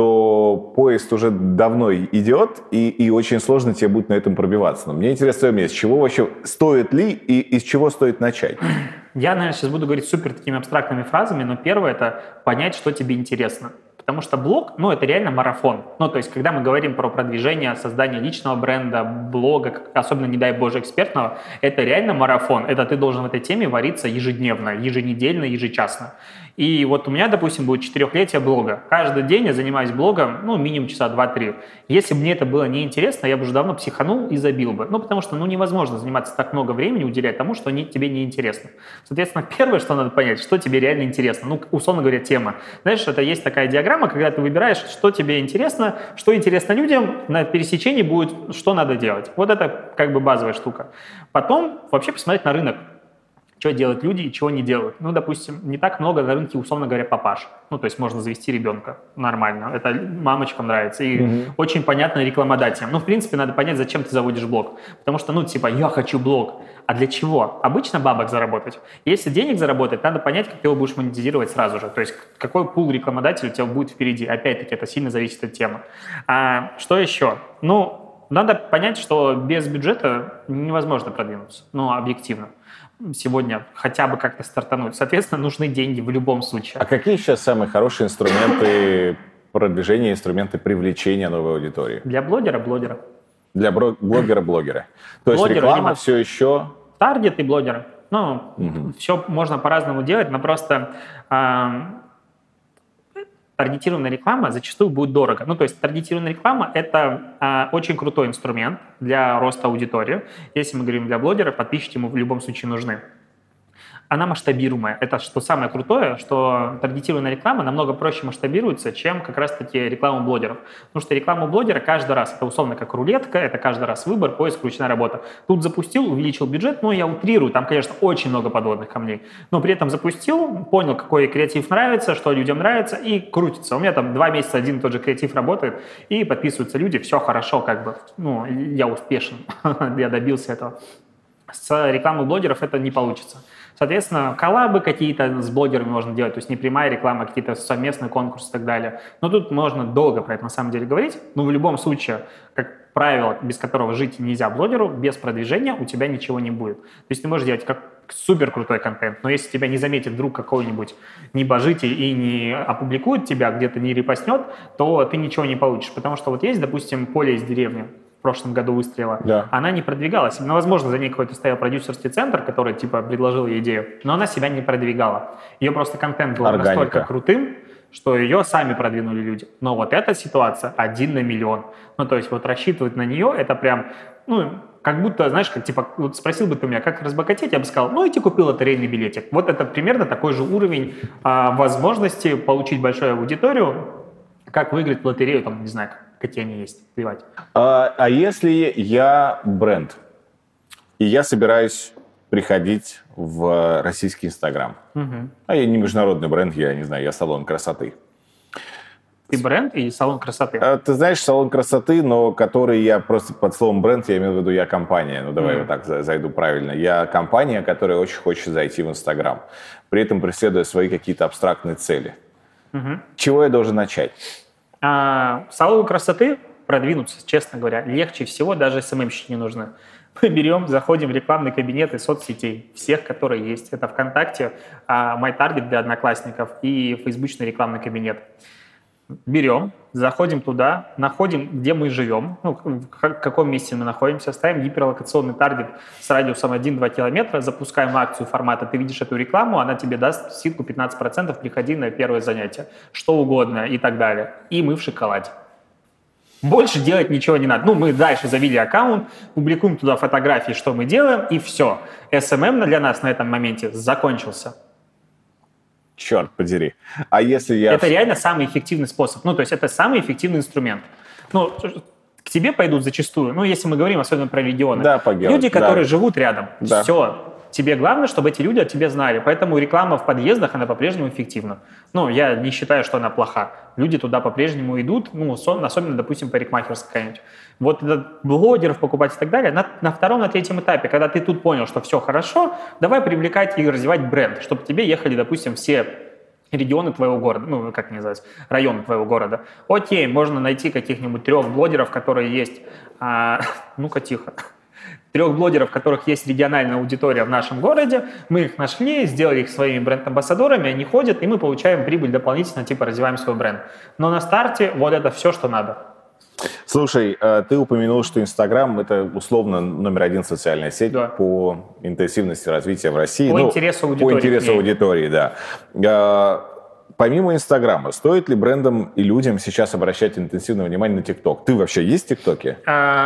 то поезд уже давно идет, и очень сложно тебе будет на этом пробиваться. Но мне интересно твое мнение, с чего вообще стоит ли и с чего стоит начать? Я, наверное, сейчас буду говорить супер такими абстрактными фразами, но первое – это понять, что тебе интересно. Потому что блог, это реально марафон. Ну, то есть, когда мы говорим про продвижение, создание личного бренда, блога, особенно, не дай боже, экспертного, это реально марафон. Это ты должен в этой теме вариться ежедневно, еженедельно, ежечасно. И вот у меня, допустим, будет 4-летие блога. Каждый день я занимаюсь блогом, минимум часа 2-3. Если бы мне это было неинтересно, я бы уже давно психанул и забил бы. Потому что, невозможно заниматься так много времени, уделять тому, что тебе неинтересно. Соответственно, первое, что надо понять, что тебе реально интересно. Условно говоря, тема. Знаешь, это есть такая диаграмма, когда ты выбираешь, что тебе интересно, что интересно людям, на пересечении будет, что надо делать. Вот это как бы базовая штука. Потом вообще посмотреть на рынок. Что делают люди и чего не делают. Допустим, не так много на рынке, условно говоря, папаш. То есть можно завести ребенка нормально. Это мамочкам нравится. И очень понятно рекламодателям. В принципе, надо понять, зачем ты заводишь блог. Потому что, я хочу блог. А для чего? Обычно бабок заработать. Если денег заработать, надо понять, как ты его будешь монетизировать сразу же. То есть какой пул рекламодателей у тебя будет впереди. Опять-таки, это сильно зависит от темы. А что еще? Надо понять, что без бюджета невозможно продвинуться. Объективно. Сегодня хотя бы как-то стартануть. Соответственно, нужны деньги в любом случае. А какие сейчас самые хорошие инструменты продвижения, инструменты привлечения новой аудитории? Для блогера. Для блогера. То есть реклама все еще... Таргет и блогеры. Все можно по-разному делать, но просто таргетированная реклама зачастую будет дорого. То есть таргетированная реклама – это очень крутой инструмент для роста аудитории. Если мы говорим для блогера, подписчики ему в любом случае нужны. Она масштабируемая. Это что самое крутое, что таргетированная реклама намного проще масштабируется, чем как раз-таки реклама блогеров. Потому что реклама блогера каждый раз, это условно как рулетка, это каждый раз выбор, поиск, ручная работа. Тут запустил, увеличил бюджет, я утрирую, там, конечно, очень много подводных камней, но при этом запустил, понял, какой креатив нравится, что людям нравится, и крутится. У меня там 2 месяца один и тот же креатив работает, и подписываются люди, все хорошо, я успешен, я добился этого. С рекламой блогеров это не получится. Соответственно, коллабы какие-то с блогерами можно делать, то есть не прямая реклама, а какие-то совместные конкурсы и так далее. Но тут можно долго про это на самом деле говорить. Но в любом случае, как правило, без которого жить нельзя блогеру, без продвижения у тебя ничего не будет. То есть ты можешь делать как супер крутой контент. Но если тебя не заметит вдруг какой-нибудь небожитель и не опубликует тебя, где-то не репостнет, то ты ничего не получишь. Потому что вот есть, допустим, Поле из деревни, в прошлом году выстрела, Да. она не продвигалась. Ну, возможно, за ней какой-то стоял продюсерский центр, который, типа, предложил ей идею, но она себя не продвигала. Ее просто контент был Органика. настолько крутым, что ее сами продвинули люди. Но вот эта ситуация 1 на миллион. Ну, то есть вот рассчитывать на нее, это прям, ну, как будто, знаешь, как, типа, вот спросил бы ты меня, как разбогатеть, я бы сказал, ну, иди купил лотерейный билетик. Вот это примерно такой же уровень возможности получить большую аудиторию, как выиграть в лотерею, там, не знаю, какие они есть, плевать. А если я бренд, и я собираюсь приходить в российский Инстаграм, а я не международный бренд, я не знаю, я салон красоты. Ты бренд и салон красоты. Ты знаешь, салон красоты, но который я просто под словом бренд, я имею в виду, я компания. Ну, давай вот так зайду правильно. Я компания, которая очень хочет зайти в Инстаграм, при этом преследуя свои какие-то абстрактные цели. Чего я должен начать? Салону красоты продвинуться, честно говоря, легче всего, даже СММщики не нужны. Мы берем, заходим в рекламный кабинет из соцсетей, всех, которые есть. Это ВКонтакте, MyTarget для одноклассников и фейсбучный рекламный кабинет. Берем, заходим туда, находим, где мы живем, ну, в каком месте мы находимся, ставим гиперлокационный таргет с радиусом 1-2 километра, запускаем акцию формата «Ты видишь эту рекламу», она тебе даст скидку 15%, приходи на первое занятие, что угодно и так далее. И мы в шоколаде. Больше делать ничего не надо. Ну, мы дальше завели аккаунт, публикуем туда фотографии, что мы делаем, и все. SMM для нас на этом моменте закончился. Черт подери. А если я... Это реально самый эффективный способ. Ну, то есть это самый эффективный инструмент. Ну, к тебе пойдут зачастую, ну, если мы говорим особенно про регионы, да, люди, которые живут рядом. Да. Все. Тебе главное, чтобы эти люди о тебе знали. Поэтому реклама в подъездах, она по-прежнему эффективна. Ну, я не считаю, что она плоха. Люди туда по-прежнему идут, ну, особенно, допустим, парикмахерская какая-нибудь. Вот этот блогеров покупать и так далее. На втором, на третьем этапе, когда ты тут понял, что все хорошо, давай привлекать и развивать бренд, чтобы к тебе ехали, допустим, все регионы твоего города, ну, как это называется, районы твоего города. Окей, можно найти каких-нибудь 3 блогеров, которые есть... ну-ка, тихо. 3 блогеров, у которых есть региональная аудитория в нашем городе, мы их нашли, сделали их своими бренд-амбассадорами, они ходят, и мы получаем прибыль дополнительно, типа развиваем свой бренд. Но на старте вот это все, что надо. Слушай, ты упомянул, что Инстаграм — это условно номер 1 социальная сеть по интенсивности развития в России. По интересу аудитории. По интересу аудитории, да. Помимо Инстаграма, стоит ли брендам и людям сейчас обращать интенсивное внимание на ТикТок? Ты вообще есть в ТикТоке?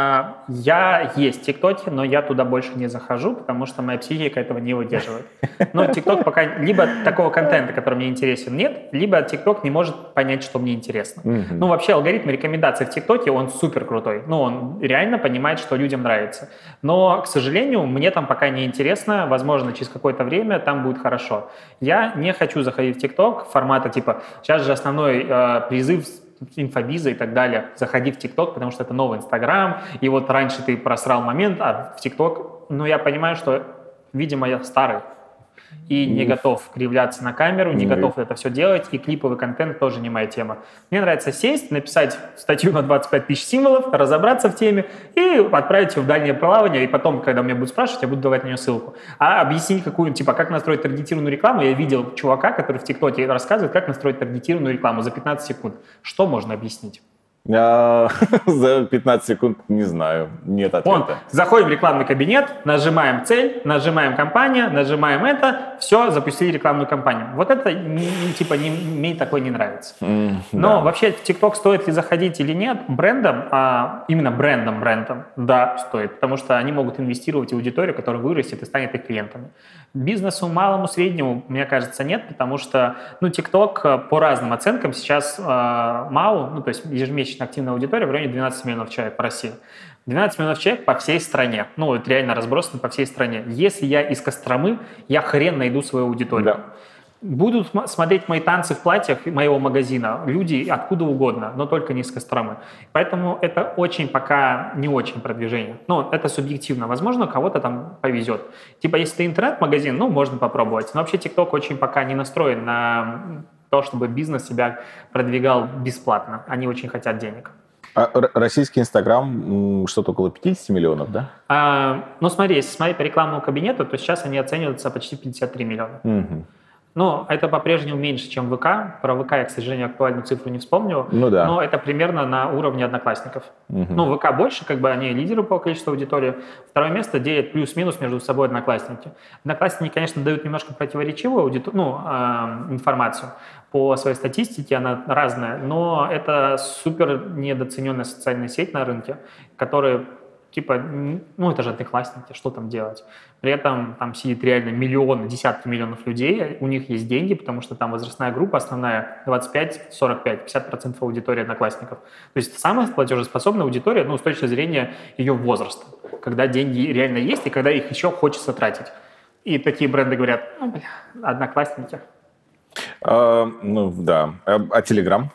Я есть в ТикТоке, но я туда больше не захожу, потому что моя психика этого не выдерживает. Но ТикТок пока либо такого контента, который мне интересен, нет, либо ТикТок не может понять, что мне интересно. Ну, вообще алгоритм рекомендаций в ТикТоке, он супер крутой. Ну, он реально понимает, что людям нравится. Но, к сожалению, мне там пока не интересно. Возможно, через какое-то время там будет хорошо. Я не хочу заходить в ТикТок формата типа, сейчас же основной призыв инфобиза и так далее, заходи в ТикТок, потому что это новый Инстаграм, и вот раньше ты просрал момент, а в ТикТок, ну, я понимаю, что, видимо, я старый и не готов кривляться на камеру, не готов это все делать, и клиповый контент тоже не моя тема. Мне нравится сесть, написать статью на 25 тысяч символов, разобраться в теме и отправить ее в дальнее плавание, и потом, когда меня будут спрашивать, я буду давать на нее ссылку. А объяснить какую-нибудь, типа, как настроить таргетированную рекламу, я видел чувака, который в ТикТоке рассказывает, как настроить таргетированную рекламу за 15 секунд. Что можно объяснить? За 15 секунд не знаю, нет ответа. Заходим в рекламный кабинет, нажимаем цель, нажимаем компания, нажимаем это, все, запустили рекламную кампанию. Вот это, типа, мне такое не нравится. Но вообще в ТикТок стоит ли заходить или нет, брендом, именно брендом, да, стоит, потому что они могут инвестировать в аудиторию, которая вырастет и станет их клиентами. Бизнесу малому, среднему, мне кажется, нет, потому что, ну, ТикТок по разным оценкам сейчас мало, ну, то есть ежемесячная активная аудитория в районе 12 миллионов человек по России. 12 миллионов человек по всей стране. Ну, это реально разбросано по всей стране. Если я из Костромы, я хрен найду свою аудиторию. Да. Будут смотреть мои танцы в платьях моего магазина люди откуда угодно, но только не из Костромы. Поэтому это очень пока не очень продвижение. Ну, это субъективно. Возможно, кого-то там повезет. Типа, если ты интернет-магазин, ну, можно попробовать. Но вообще TikTok очень пока не настроен на то, чтобы бизнес себя продвигал бесплатно. Они очень хотят денег. Российский Инстаграм что-то около 50 миллионов, да? Ну, смотри, если смотреть по рекламному кабинету, то сейчас они оцениваются почти 53 миллиона. Угу. Ну, это по-прежнему меньше, чем ВК. Про ВК я, к сожалению, актуальную цифру не вспомню. Ну да. Но это примерно на уровне Одноклассников. Ну, ВК больше, как бы они лидеры по количеству аудитории. Второе место делят плюс-минус между собой Одноклассники. Одноклассники, конечно, дают немножко противоречивую информацию. По своей статистике она разная, но это супер недооцененная социальная сеть на рынке, которая типа, ну, это же Одноклассники, что там делать? При этом там сидит реально миллионы, десятки миллионов людей, у них есть деньги, потому что там возрастная группа основная 25-45, 50% аудитории Одноклассников. То есть самая платежеспособная аудитория, ну, с точки зрения ее возраста, когда деньги реально есть и когда их еще хочется тратить. И такие бренды говорят, ну, бля, Одноклассники. Ну, да. А Телеграм?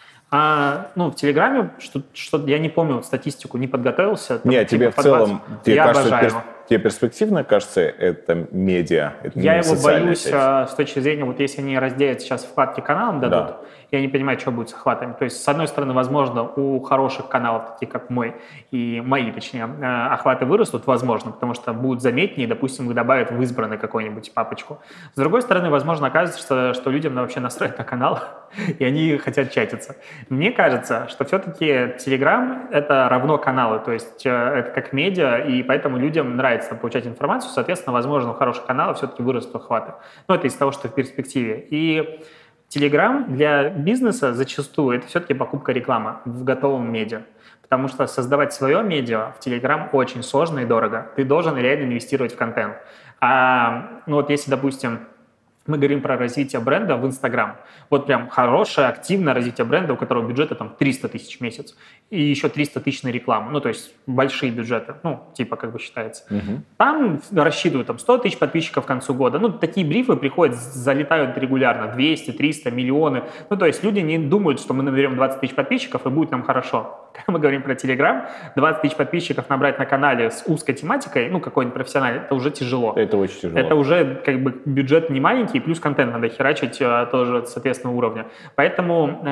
Ну, в Телеграме, что я не помню, статистику не подготовился. Там, Нет, тебе в целом, тебе я кажется, обожаю его. тебе перспективно кажется это медиа, это Я его боюсь сеть? с точки зрения, вот если они разделят сейчас вкладки каналам дадут, Да. я не понимаю, что будет с охватами. То есть, с одной стороны, возможно, у хороших каналов, таких как мой и мои, точнее, охваты вырастут, возможно, потому что будут заметнее, допустим, их добавят в избранный какой-нибудь папочку. С другой стороны, возможно, окажется, что людям вообще настроить на канал, и они хотят чатиться. Мне кажется, что все-таки Telegram — это равно каналу, то есть это как медиа, и поэтому людям нравится получать информацию, соответственно, возможно, у хороших каналов все-таки вырастут охваты. Но это из того, что в перспективе. И Telegram для бизнеса зачастую это все-таки покупка рекламы в готовом медиа. Потому что создавать свое медиа в Telegram очень сложно и дорого. Ты должен реально инвестировать в контент. Ну вот если, допустим, мы говорим про развитие бренда в Instagram. Вот прям хорошее, активное развитие бренда, у которого бюджета там 300 тысяч в месяц. И еще 300 тысяч на рекламу. Ну, то есть большие бюджеты. Ну, типа как бы считается. Там рассчитывают там 100 тысяч подписчиков к концу года. Ну, такие брифы приходят, залетают регулярно. 200, 300, миллионы. Ну, то есть люди не думают, что мы наберем 20 тысяч подписчиков и будет нам хорошо. Когда мы говорим про Telegram, 20 тысяч подписчиков набрать на канале с узкой тематикой, ну, какой-нибудь профессиональный, это уже тяжело. Это очень тяжело. Это уже как бы бюджет не маленький, плюс контент надо херачить тоже соответственного уровня. Поэтому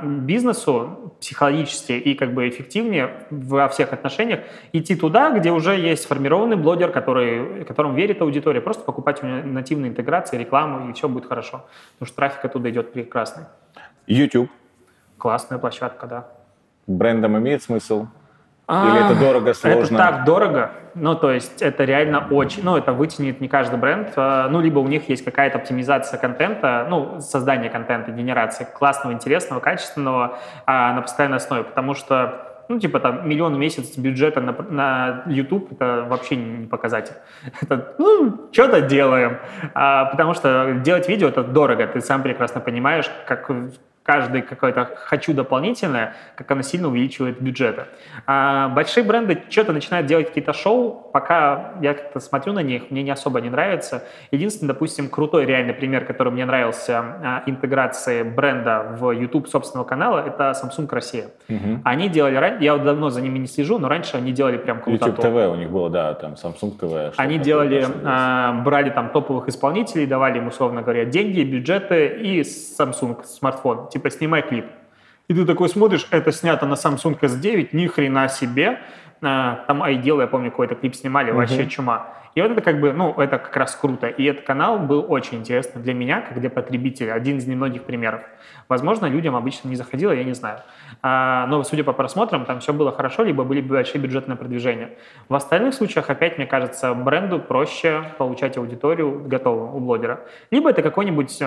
бизнесу психологически и как бы эффективнее во всех отношениях идти туда, где уже есть сформированный блогер, которому верит аудитория, просто покупать у него нативные интеграции, рекламу, и все будет хорошо. Потому что трафик оттуда идет прекрасный. YouTube. Классная площадка, да. Брендом имеет смысл? Или это дорого, сложно? Это так дорого. Ну, то есть это реально очень... Ну, это вытянет не каждый бренд. Ну, либо у них есть какая-то оптимизация контента, ну, создание контента, генерация классного, интересного, качественного на постоянной основе. Потому что, ну, типа там 1 миллион в месяц бюджета на YouTube — это вообще не показатель. Это, ну, что-то делаем. Потому что делать видео — это дорого. Ты сам прекрасно понимаешь, как... каждый какое-то «хочу дополнительное», как оно сильно увеличивает бюджеты. Большие бренды что-то начинают делать какие-то шоу, пока я как-то смотрю на них, мне не особо не нравится. Единственный, допустим, крутой реальный пример, который мне нравился интеграции бренда в YouTube собственного канала, это Samsung Россия. Они делали, я вот давно за ними не слежу, но раньше они делали прям круто. YouTube TV у них было, да, там Samsung TV. Они делали, брали там топовых исполнителей, давали им, условно говоря, деньги, бюджеты и Samsung смартфон. Типа, снимай клип. И ты такой смотришь, это снято на Samsung S9, ни хрена себе. Там iDeal, я помню, какой-то клип снимали, вообще чума. И вот это как бы, ну, это как раз круто. И этот канал был очень интересный для меня, как для потребителя. Один из немногих примеров. Возможно, людям обычно не заходило, я не знаю. Но, судя по просмотрам, там все было хорошо, либо были большие бюджетные продвижения. В остальных случаях, опять, мне кажется, бренду проще получать аудиторию готовую у блогера. Либо это какой-нибудь...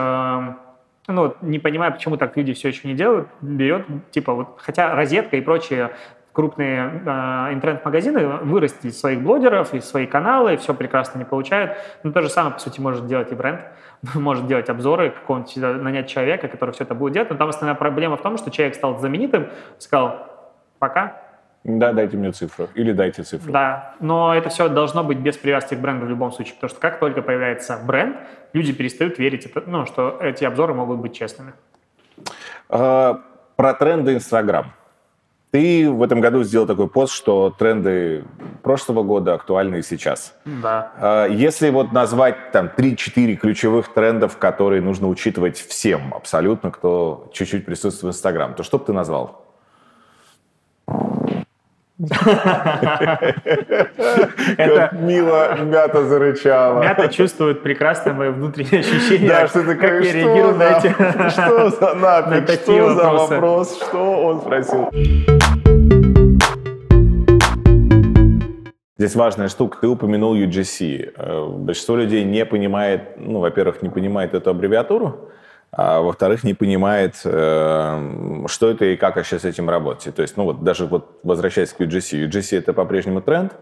Ну, не понимаю, почему так люди все еще не делают, берет, типа, вот, хотя «Розетка» и прочие крупные интернет-магазины вырастили своих блогеров и свои каналы, и все прекрасно не получают. Но то же самое, по сути, может делать и бренд, может делать обзоры, какого-нибудь нанять человека, который все это будет делать. Но там основная проблема в том, что человек стал знаменитым, сказал «пока». Да, дайте мне цифру. Или дайте цифру. Да, но это все должно быть без привязки к бренду в любом случае, потому что как только появляется бренд, люди перестают верить, ну, что эти обзоры могут быть честными. Про тренды Инстаграм. Ты в этом году сделал такой пост, что тренды прошлого года актуальны и сейчас. Да. Если вот назвать там 3-4 ключевых трендов, которые нужно учитывать всем абсолютно, кто чуть-чуть присутствует в Инстаграм, то что бы ты назвал? Как мило мята зарычала. Мята чувствует прекрасно мои внутренние ощущения. Да, что ты как я реагирую на эти Что за нафиг? такие Что за вопросы. вопрос? Что он спросил? Здесь важная штука. Ты упомянул UGC. Большинство людей не понимает, во-первых, не понимает эту аббревиатуру, а во-вторых, не понимает, что это и как вообще с этим работать. То есть, даже возвращаясь к UGC. UGC — это по-прежнему тренд?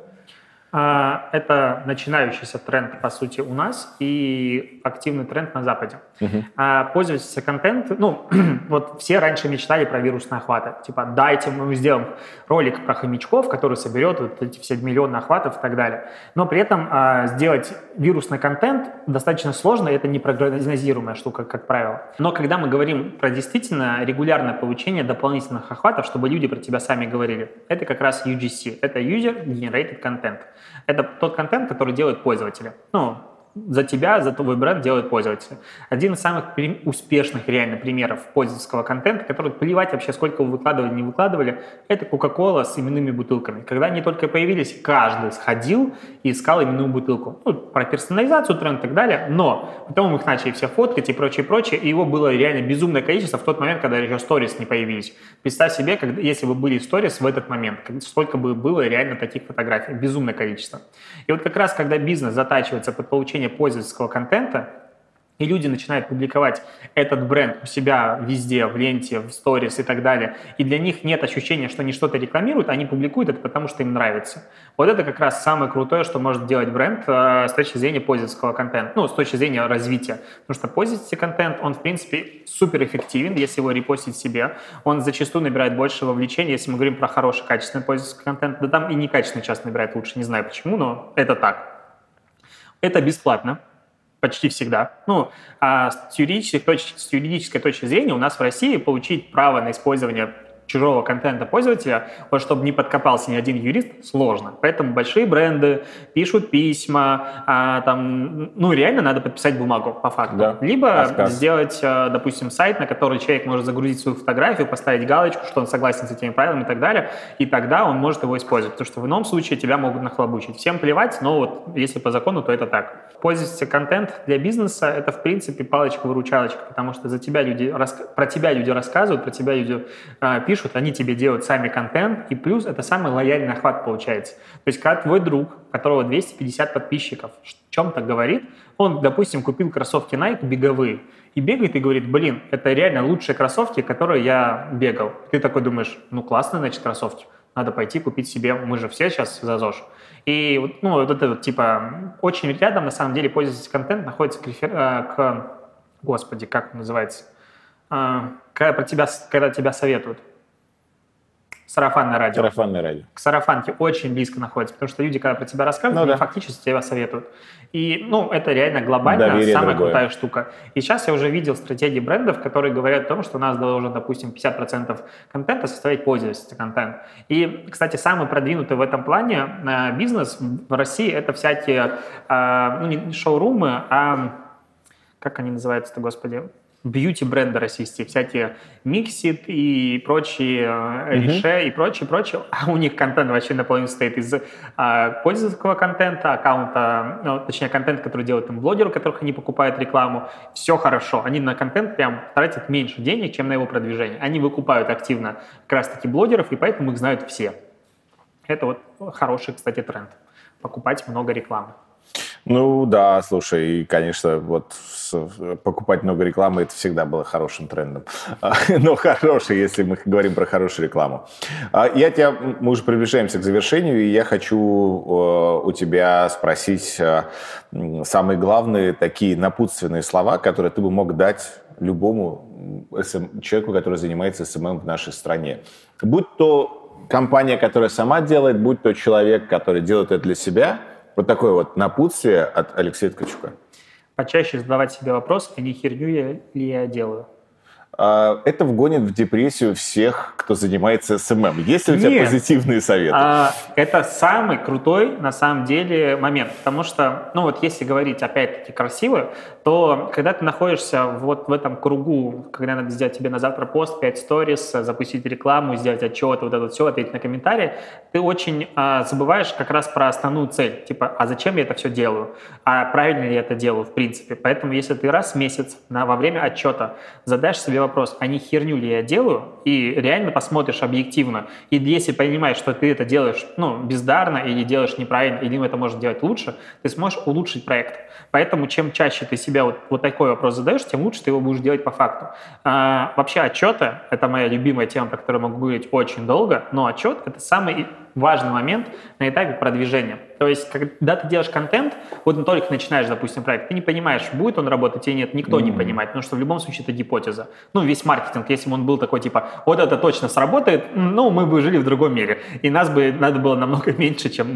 Это начинающийся тренд, по сути, у нас и активный тренд на Западе. Пользовательский контент, вот все раньше мечтали про вирусные охваты. Типа, дайте, мы сделаем ролик про хомячков, который соберет вот эти все миллионы охватов и так далее. Но при этом сделать вирусный контент достаточно сложно, и это непрогнозируемая штука, как правило. Но когда мы говорим про действительно регулярное получение дополнительных охватов, чтобы люди про тебя сами говорили, это как раз UGC, это User Generated Content. Это тот контент, который делают пользователи. За тебя, за твой бренд делают пользователи. Один из самых успешных реально примеров пользовательского контента, который плевать вообще, сколько вы выкладывали, не выкладывали, это Coca-Cola с именными бутылками. Когда они только появились, каждый сходил и искал именную бутылку. Про персонализацию тренд и так далее, но потом их начали все фоткать и прочее, и его было реально безумное количество в тот момент, когда еще сторис не появились. Представь себе, если бы были сторис в этот момент, сколько бы было реально таких фотографий. Безумное количество. И вот как раз, когда бизнес затачивается под получение пользовательского контента, и люди начинают публиковать этот бренд у себя везде, в ленте, в сторис и так далее, и для них нет ощущения, что они что-то рекламируют, они публикуют это, потому что им нравится. Вот это как раз самое крутое, что может делать бренд с точки зрения пользовательского контента, с точки зрения развития. Потому что пользовательский контент, он, в принципе, суперэффективен, если его репостить себе. Он зачастую набирает больше вовлечения, если мы говорим про хороший, качественный пользовательский контент. Да там и некачественный часто набирает лучше, не знаю почему, но это так. Это бесплатно, почти всегда. С юридической точки зрения у нас в России получить право на использование чужого контента пользователя, вот чтобы не подкопался ни один юрист, сложно. Поэтому большие бренды пишут письма, реально надо подписать бумагу по факту. Да. Либо сделать, допустим, сайт, на который человек может загрузить свою фотографию, поставить галочку, что он согласен с этими правилами и так далее, и тогда он может его использовать. Потому что в ином случае тебя могут нахлобучить. Всем плевать, но если по закону, то это так. Пользовательский контент для бизнеса — это, в принципе, палочка-выручалочка, потому что про тебя люди рассказывают, про тебя люди пишут, они тебе делают сами контент, и плюс это самый лояльный охват получается. То есть, когда твой друг, у которого 250 подписчиков, в чем-то говорит, он, допустим, купил кроссовки Nike беговые, и бегает и говорит, это реально лучшие кроссовки, которые я бегал. Ты такой думаешь, классные, значит, кроссовки, надо пойти купить себе, мы же все сейчас за ЗОЖ. И очень рядом, на самом деле, пользовательский контент находится господи, как он называется? Когда тебя советуют. Сарафанное радио. К сарафанке очень близко находится, потому что люди, когда про тебя рассказывают, они фактически тебя советуют. И, это реально глобально самая крутая штука. И сейчас я уже видел стратегии брендов, которые говорят о том, что у нас должен, допустим, 50% контента составлять пользовательский контент. И, кстати, самый продвинутый в этом плане бизнес в России — это всякие, не шоурумы, а как они называются-то, господи? Бьюти-бренды российские, всякие Mixit и прочие, Riche и прочее. А у них контент вообще наполовину состоит из пользовательского контента, аккаунта, контент, который делают им блогеры, у которых они покупают рекламу. Все хорошо. Они на контент прям тратят меньше денег, чем на его продвижение. Они выкупают активно как раз-таки блогеров, и поэтому их знают все. Это хороший, кстати, тренд. Покупать много рекламы. Да, слушай, и, конечно, покупать много рекламы — это всегда было хорошим трендом. Но хороший, если мы говорим про хорошую рекламу. Мы уже приближаемся к завершению, и я хочу у тебя спросить самые главные такие напутственные слова, которые ты бы мог дать любому человеку, который занимается СММ в нашей стране. Будь то компания, которая сама делает, будь то человек, который делает это для себя. Вот такое напутствие от Алексея Ткачука. Почаще задавать себе вопрос, а не херню ли я делаю? это вгонит в депрессию всех, кто занимается СММ. Есть ли у тебя позитивные советы? Это самый крутой, на самом деле, момент. Потому что, если говорить, опять-таки, красиво, то когда ты находишься вот в этом кругу, когда надо сделать тебе на завтра пост, 5 сторис, запустить рекламу, сделать отчет, вот это все, ответить на комментарии, ты очень забываешь как раз про основную цель. Типа, а зачем я это все делаю? А правильно ли я это делаю, в принципе? Поэтому, если ты раз в месяц во время отчета задашь себе вопрос, а не херню ли я делаю, и реально посмотришь объективно, и если понимаешь, что ты это делаешь бездарно или делаешь неправильно, или это можно делать лучше, ты сможешь улучшить проект. Поэтому чем чаще ты себя вот такой вопрос задаешь, тем лучше ты его будешь делать по факту. Вообще отчеты — это моя любимая тема, про которую могу говорить очень долго, но отчет — это самый важный момент на этапе продвижения. То есть, когда ты делаешь контент, вот только начинаешь, допустим, проект, ты не понимаешь, будет он работать или нет, никто не понимает, потому что в любом случае это гипотеза. Весь маркетинг, если бы он был такой, типа, вот это точно сработает, мы бы жили в другом мире, и нас бы надо было намного меньше, чем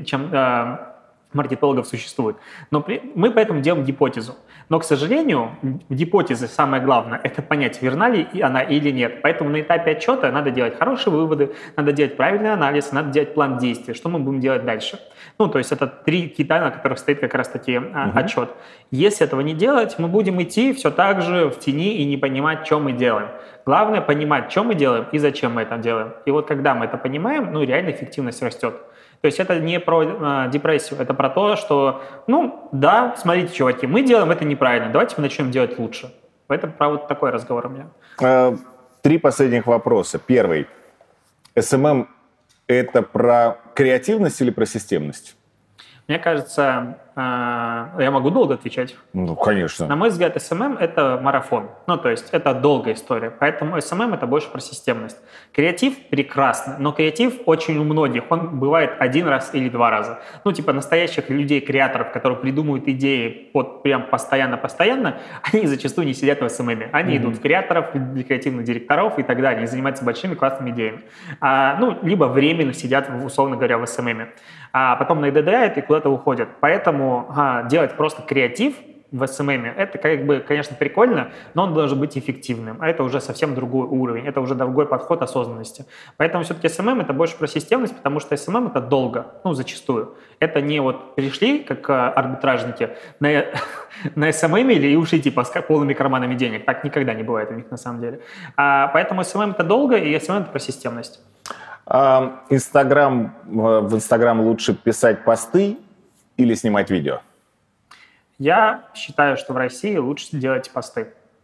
маркетологов существует. Но мы поэтому делаем гипотезу. Но, к сожалению, в гипотезе самое главное — это понять, верна ли она или нет. Поэтому на этапе отчета надо делать хорошие выводы, надо делать правильный анализ, надо делать план действий, что мы будем делать дальше. То есть это 3 кита, на которых стоит как раз-таки отчет. Если этого не делать, мы будем идти все так же в тени и не понимать, что мы делаем. Главное — понимать, что мы делаем и зачем мы это делаем. И вот когда мы это понимаем, реально эффективность растет. То есть это не про депрессию, это про то, что, да, смотрите, чуваки, мы делаем это неправильно, давайте мы начнем делать лучше. Это про вот такой разговор у меня. 3 последних вопроса. Первый. СММ — это про креативность или про системность? Мне кажется, я могу долго отвечать. Конечно. На мой взгляд, SMM — это марафон. То есть это долгая история. Поэтому SMM — это больше про системность. Креатив прекрасно, но креатив очень у многих. Он бывает 1 раз или 2 раза. Настоящих людей-креаторов, которые придумывают идеи прям постоянно-постоянно, они зачастую не сидят в SMM. Они идут в креаторов, в креативных директоров и так далее. Они занимаются большими классными идеями. Либо временно сидят, условно говоря, в SMM. А потом надоедают и куда-то уходят. Поэтому делать просто креатив в SMM — это конечно, прикольно, но он должен быть эффективным. А это уже совсем другой уровень, это уже другой подход осознанности. Поэтому все-таки SMM — это больше про системность, потому что SMM — это долго, зачастую. Это не пришли, как арбитражники, на SMM и ушли с полными карманами денег. Так никогда не бывает у них на самом деле. Поэтому SMM — это долго, и SMM — это про системность. В Инстаграм лучше писать посты или снимать видео? Я считаю, что в России лучше делать посты.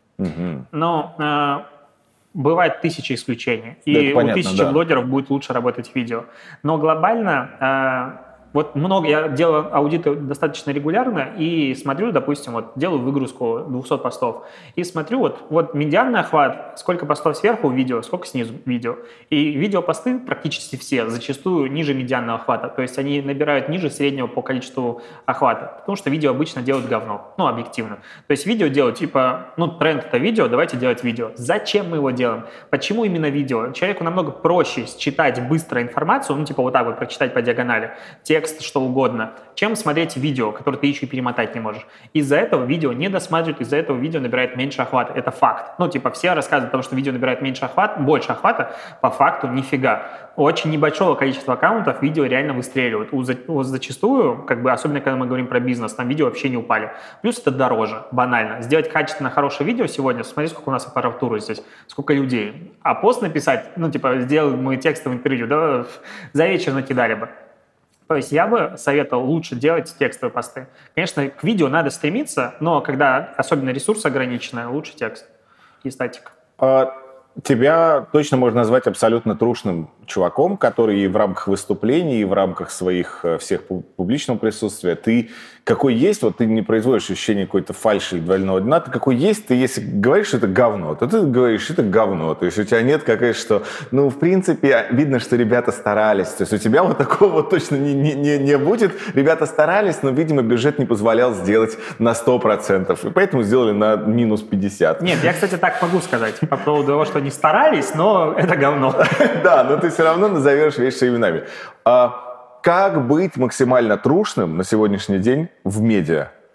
Но бывает 1000 исключений. И у 1000 блогеров будет лучше работать видео. Но глобально... я делаю аудиты достаточно регулярно и смотрю, допустим, делаю выгрузку 200 постов и смотрю, медианный охват, сколько постов сверху видео, сколько снизу видео. И видеопосты практически все зачастую ниже медианного охвата, то есть они набирают ниже среднего по количеству охвата, потому что видео обычно делают говно, объективно. То есть видео делают тренд — это видео, давайте делать видео. Зачем мы его делаем? Почему именно видео? Человеку намного проще считать быстро информацию, прочитать по диагонали, текст, что угодно, чем смотреть видео, которое ты еще и перемотать не можешь. Из-за этого видео не досматривают, из-за этого видео набирает меньше охвата. Это факт. Все рассказывают о том, что видео набирает больше охвата, по факту нифига. У очень небольшого количества аккаунтов видео реально выстреливают. Зачастую, особенно когда мы говорим про бизнес, там видео вообще не упали. Плюс это дороже, банально. Сделать качественно хорошее видео сегодня, смотри, сколько у нас аппаратуры здесь, сколько людей. А пост написать, сделаем мы текстовое интервью, да, за вечер накидали бы. То есть я бы советовал лучше делать текстовые посты. Конечно, к видео надо стремиться, но когда особенно ресурсы ограничены, лучше текст и статика. Тебя точно можно назвать абсолютно трушным чуваком, который и в рамках выступлений, и в рамках своих всех публичного присутствия, ты какой есть, ты не производишь ощущение какой-то фальши и двойного дна, ты какой есть, ты если говоришь, что это говно, то ты говоришь, это говно. То есть у тебя нет какой-то, что, в принципе, видно, что ребята старались. То есть у тебя такого точно не будет. Ребята старались, но, видимо, бюджет не позволял сделать на 100%. И поэтому сделали на минус 50%. Нет, я, кстати, так могу сказать по поводу того, что они старались, но это говно. Да, но ты все равно назовешь вещи именами. Как быть максимально трушным на сегодняшний день в медиа?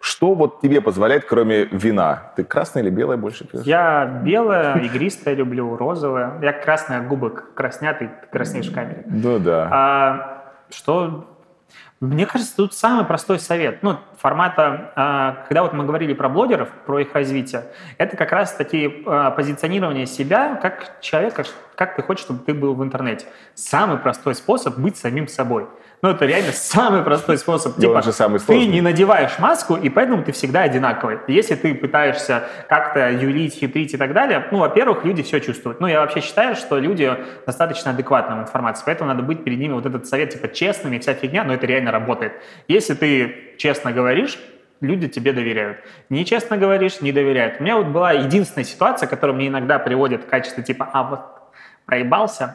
Что вот тебе позволяет, кроме вина? Ты красное или белое больше пьешь? Я белое, игристое люблю, розовое. Я красное, губы краснят, и ты краснеешь в камере. Ну да. Что... Мне кажется, тут самый простой совет. Ну, формата, когда вот мы говорили про блогеров, про их развитие, это как раз-таки позиционирование себя как человека, как ты хочешь, чтобы ты был в интернете. Самый простой способ быть самим собой. Ну, это реально самый простой способ. Да, он же самый сложный. Ты не надеваешь маску, и поэтому ты всегда одинаковый. Если ты пытаешься как-то юлить, хитрить и так далее, ну, во-первых, люди все чувствуют. Ну, я вообще считаю, что люди достаточно адекватны в информации, поэтому надо быть перед ними вот этот совет, типа, честными, вся фигня, но это реально работает. Если ты честно говоришь, люди тебе доверяют. Нечестно говоришь, не доверяют. У меня вот была единственная ситуация, которая мне иногда приводит в качестве типа, вот проебался.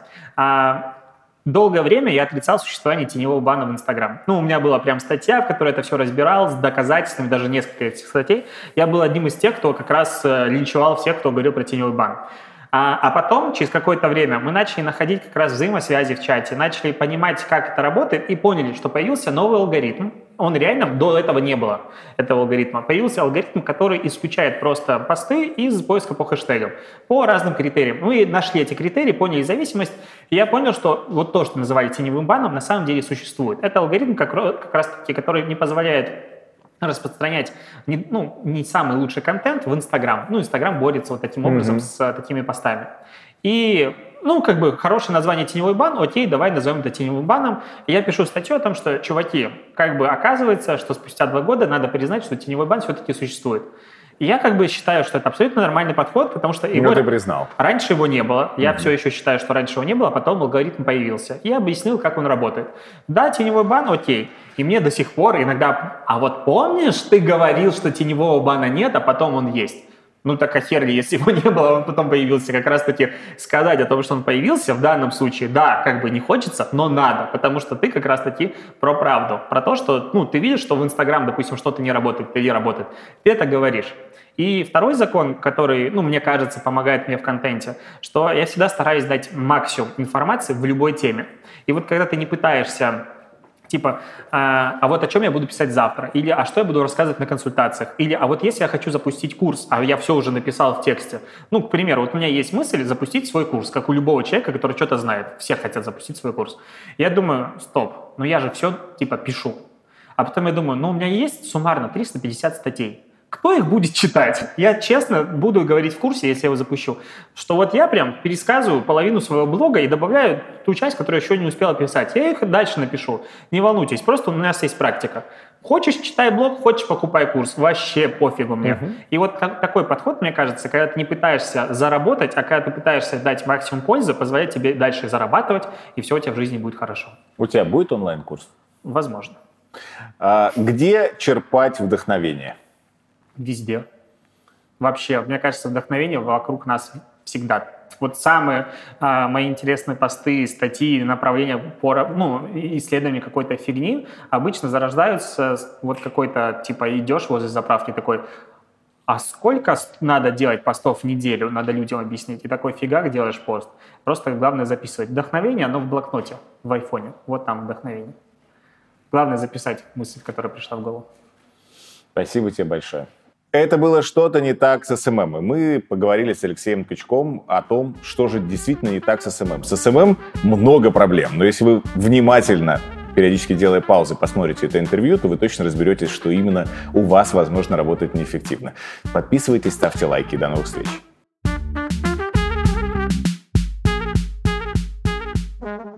Долгое время я отрицал существование теневого бана в Инстаграм. Ну, у меня была прям статья, в которой это все разбирал, с доказательствами, даже несколько этих статей. Я был одним из тех, кто как раз линчевал всех, кто говорил про теневой бан. А потом, через какое-то время, мы начали находить как раз взаимосвязи в чате, начали понимать, как это работает, и поняли, что появился новый алгоритм. Он реально, до этого не было, этого алгоритма. Появился алгоритм, который исключает просто посты из поиска по хэштегам, по разным критериям. Мы нашли эти критерии, поняли зависимость, и я понял, что вот то, что называли теневым баном, на самом деле существует. Это алгоритм, как раз-таки, который не позволяет распространять не самый лучший контент в Инстаграм. Ну, Инстаграм борется вот таким образом с такими постами. И, хорошее название теневой бан, окей, давай назовем это теневым баном. И я пишу статью о том, что, чуваки, оказывается, что спустя 2 года надо признать, что теневой бан все-таки существует. И я считаю, что это абсолютно нормальный подход, потому что его ты признал. Раньше его не было. Я все еще считаю, что раньше его не было, а потом алгоритм появился. И я объяснил, как он работает. Да, теневой бан, окей. И мне до сих пор иногда... А вот помнишь, ты говорил, что теневого бана нет, а потом он есть? Ну так а хер ли, если его не было, он потом появился. Как раз-таки сказать о том, что он появился, в данном случае, да, не хочется, но надо, потому что ты как раз-таки про правду, про то, что, ты видишь, что в Инстаграм, допустим, что-то не работает или работает, ты это говоришь. И второй закон, который, мне кажется, помогает мне в контенте, что я всегда стараюсь дать максимум информации в любой теме. И вот когда ты не пытаешься типа, а вот о чем я буду писать завтра, или а что я буду рассказывать на консультациях, или а вот если я хочу запустить курс, а я все уже написал в тексте. Ну, к примеру, вот у меня есть мысль запустить свой курс, как у любого человека, который что-то знает. Все хотят запустить свой курс. Я думаю, стоп, я же все пишу. А потом я думаю, у меня есть суммарно 350 статей. Кто их будет читать? Я честно буду говорить в курсе, если я его запущу, что вот я прям пересказываю половину своего блога и добавляю ту часть, которую еще не успел описать. Я их дальше напишу. Не волнуйтесь, просто у нас есть практика. Хочешь, читай блог, хочешь, покупай курс. Вообще пофигу мне. И вот такой подход, мне кажется, когда ты не пытаешься заработать, а когда ты пытаешься дать максимум пользы, позволяет тебе дальше зарабатывать, и все у тебя в жизни будет хорошо. У тебя будет онлайн-курс? Возможно. Где черпать вдохновение? Везде. Вообще, мне кажется, вдохновение вокруг нас всегда. Вот самые мои интересные посты, статьи, направления по исследованию какой-то фигни обычно зарождаются вот какой-то, идешь возле заправки такой, а сколько надо делать постов в неделю, надо людям объяснить. И такой фигак делаешь пост. Просто главное записывать. Вдохновение, оно в блокноте, в айфоне. Вот там вдохновение. Главное записать мысль, которая пришла в голову. Спасибо тебе большое. Это было «Что-то не так с СММ». И мы поговорили с Алексеем Ткачуком о том, что же действительно не так с СММ. С СММ много проблем, но если вы внимательно, периодически делая паузы, посмотрите это интервью, то вы точно разберетесь, что именно у вас, возможно, работает неэффективно. Подписывайтесь, ставьте лайки. До новых встреч.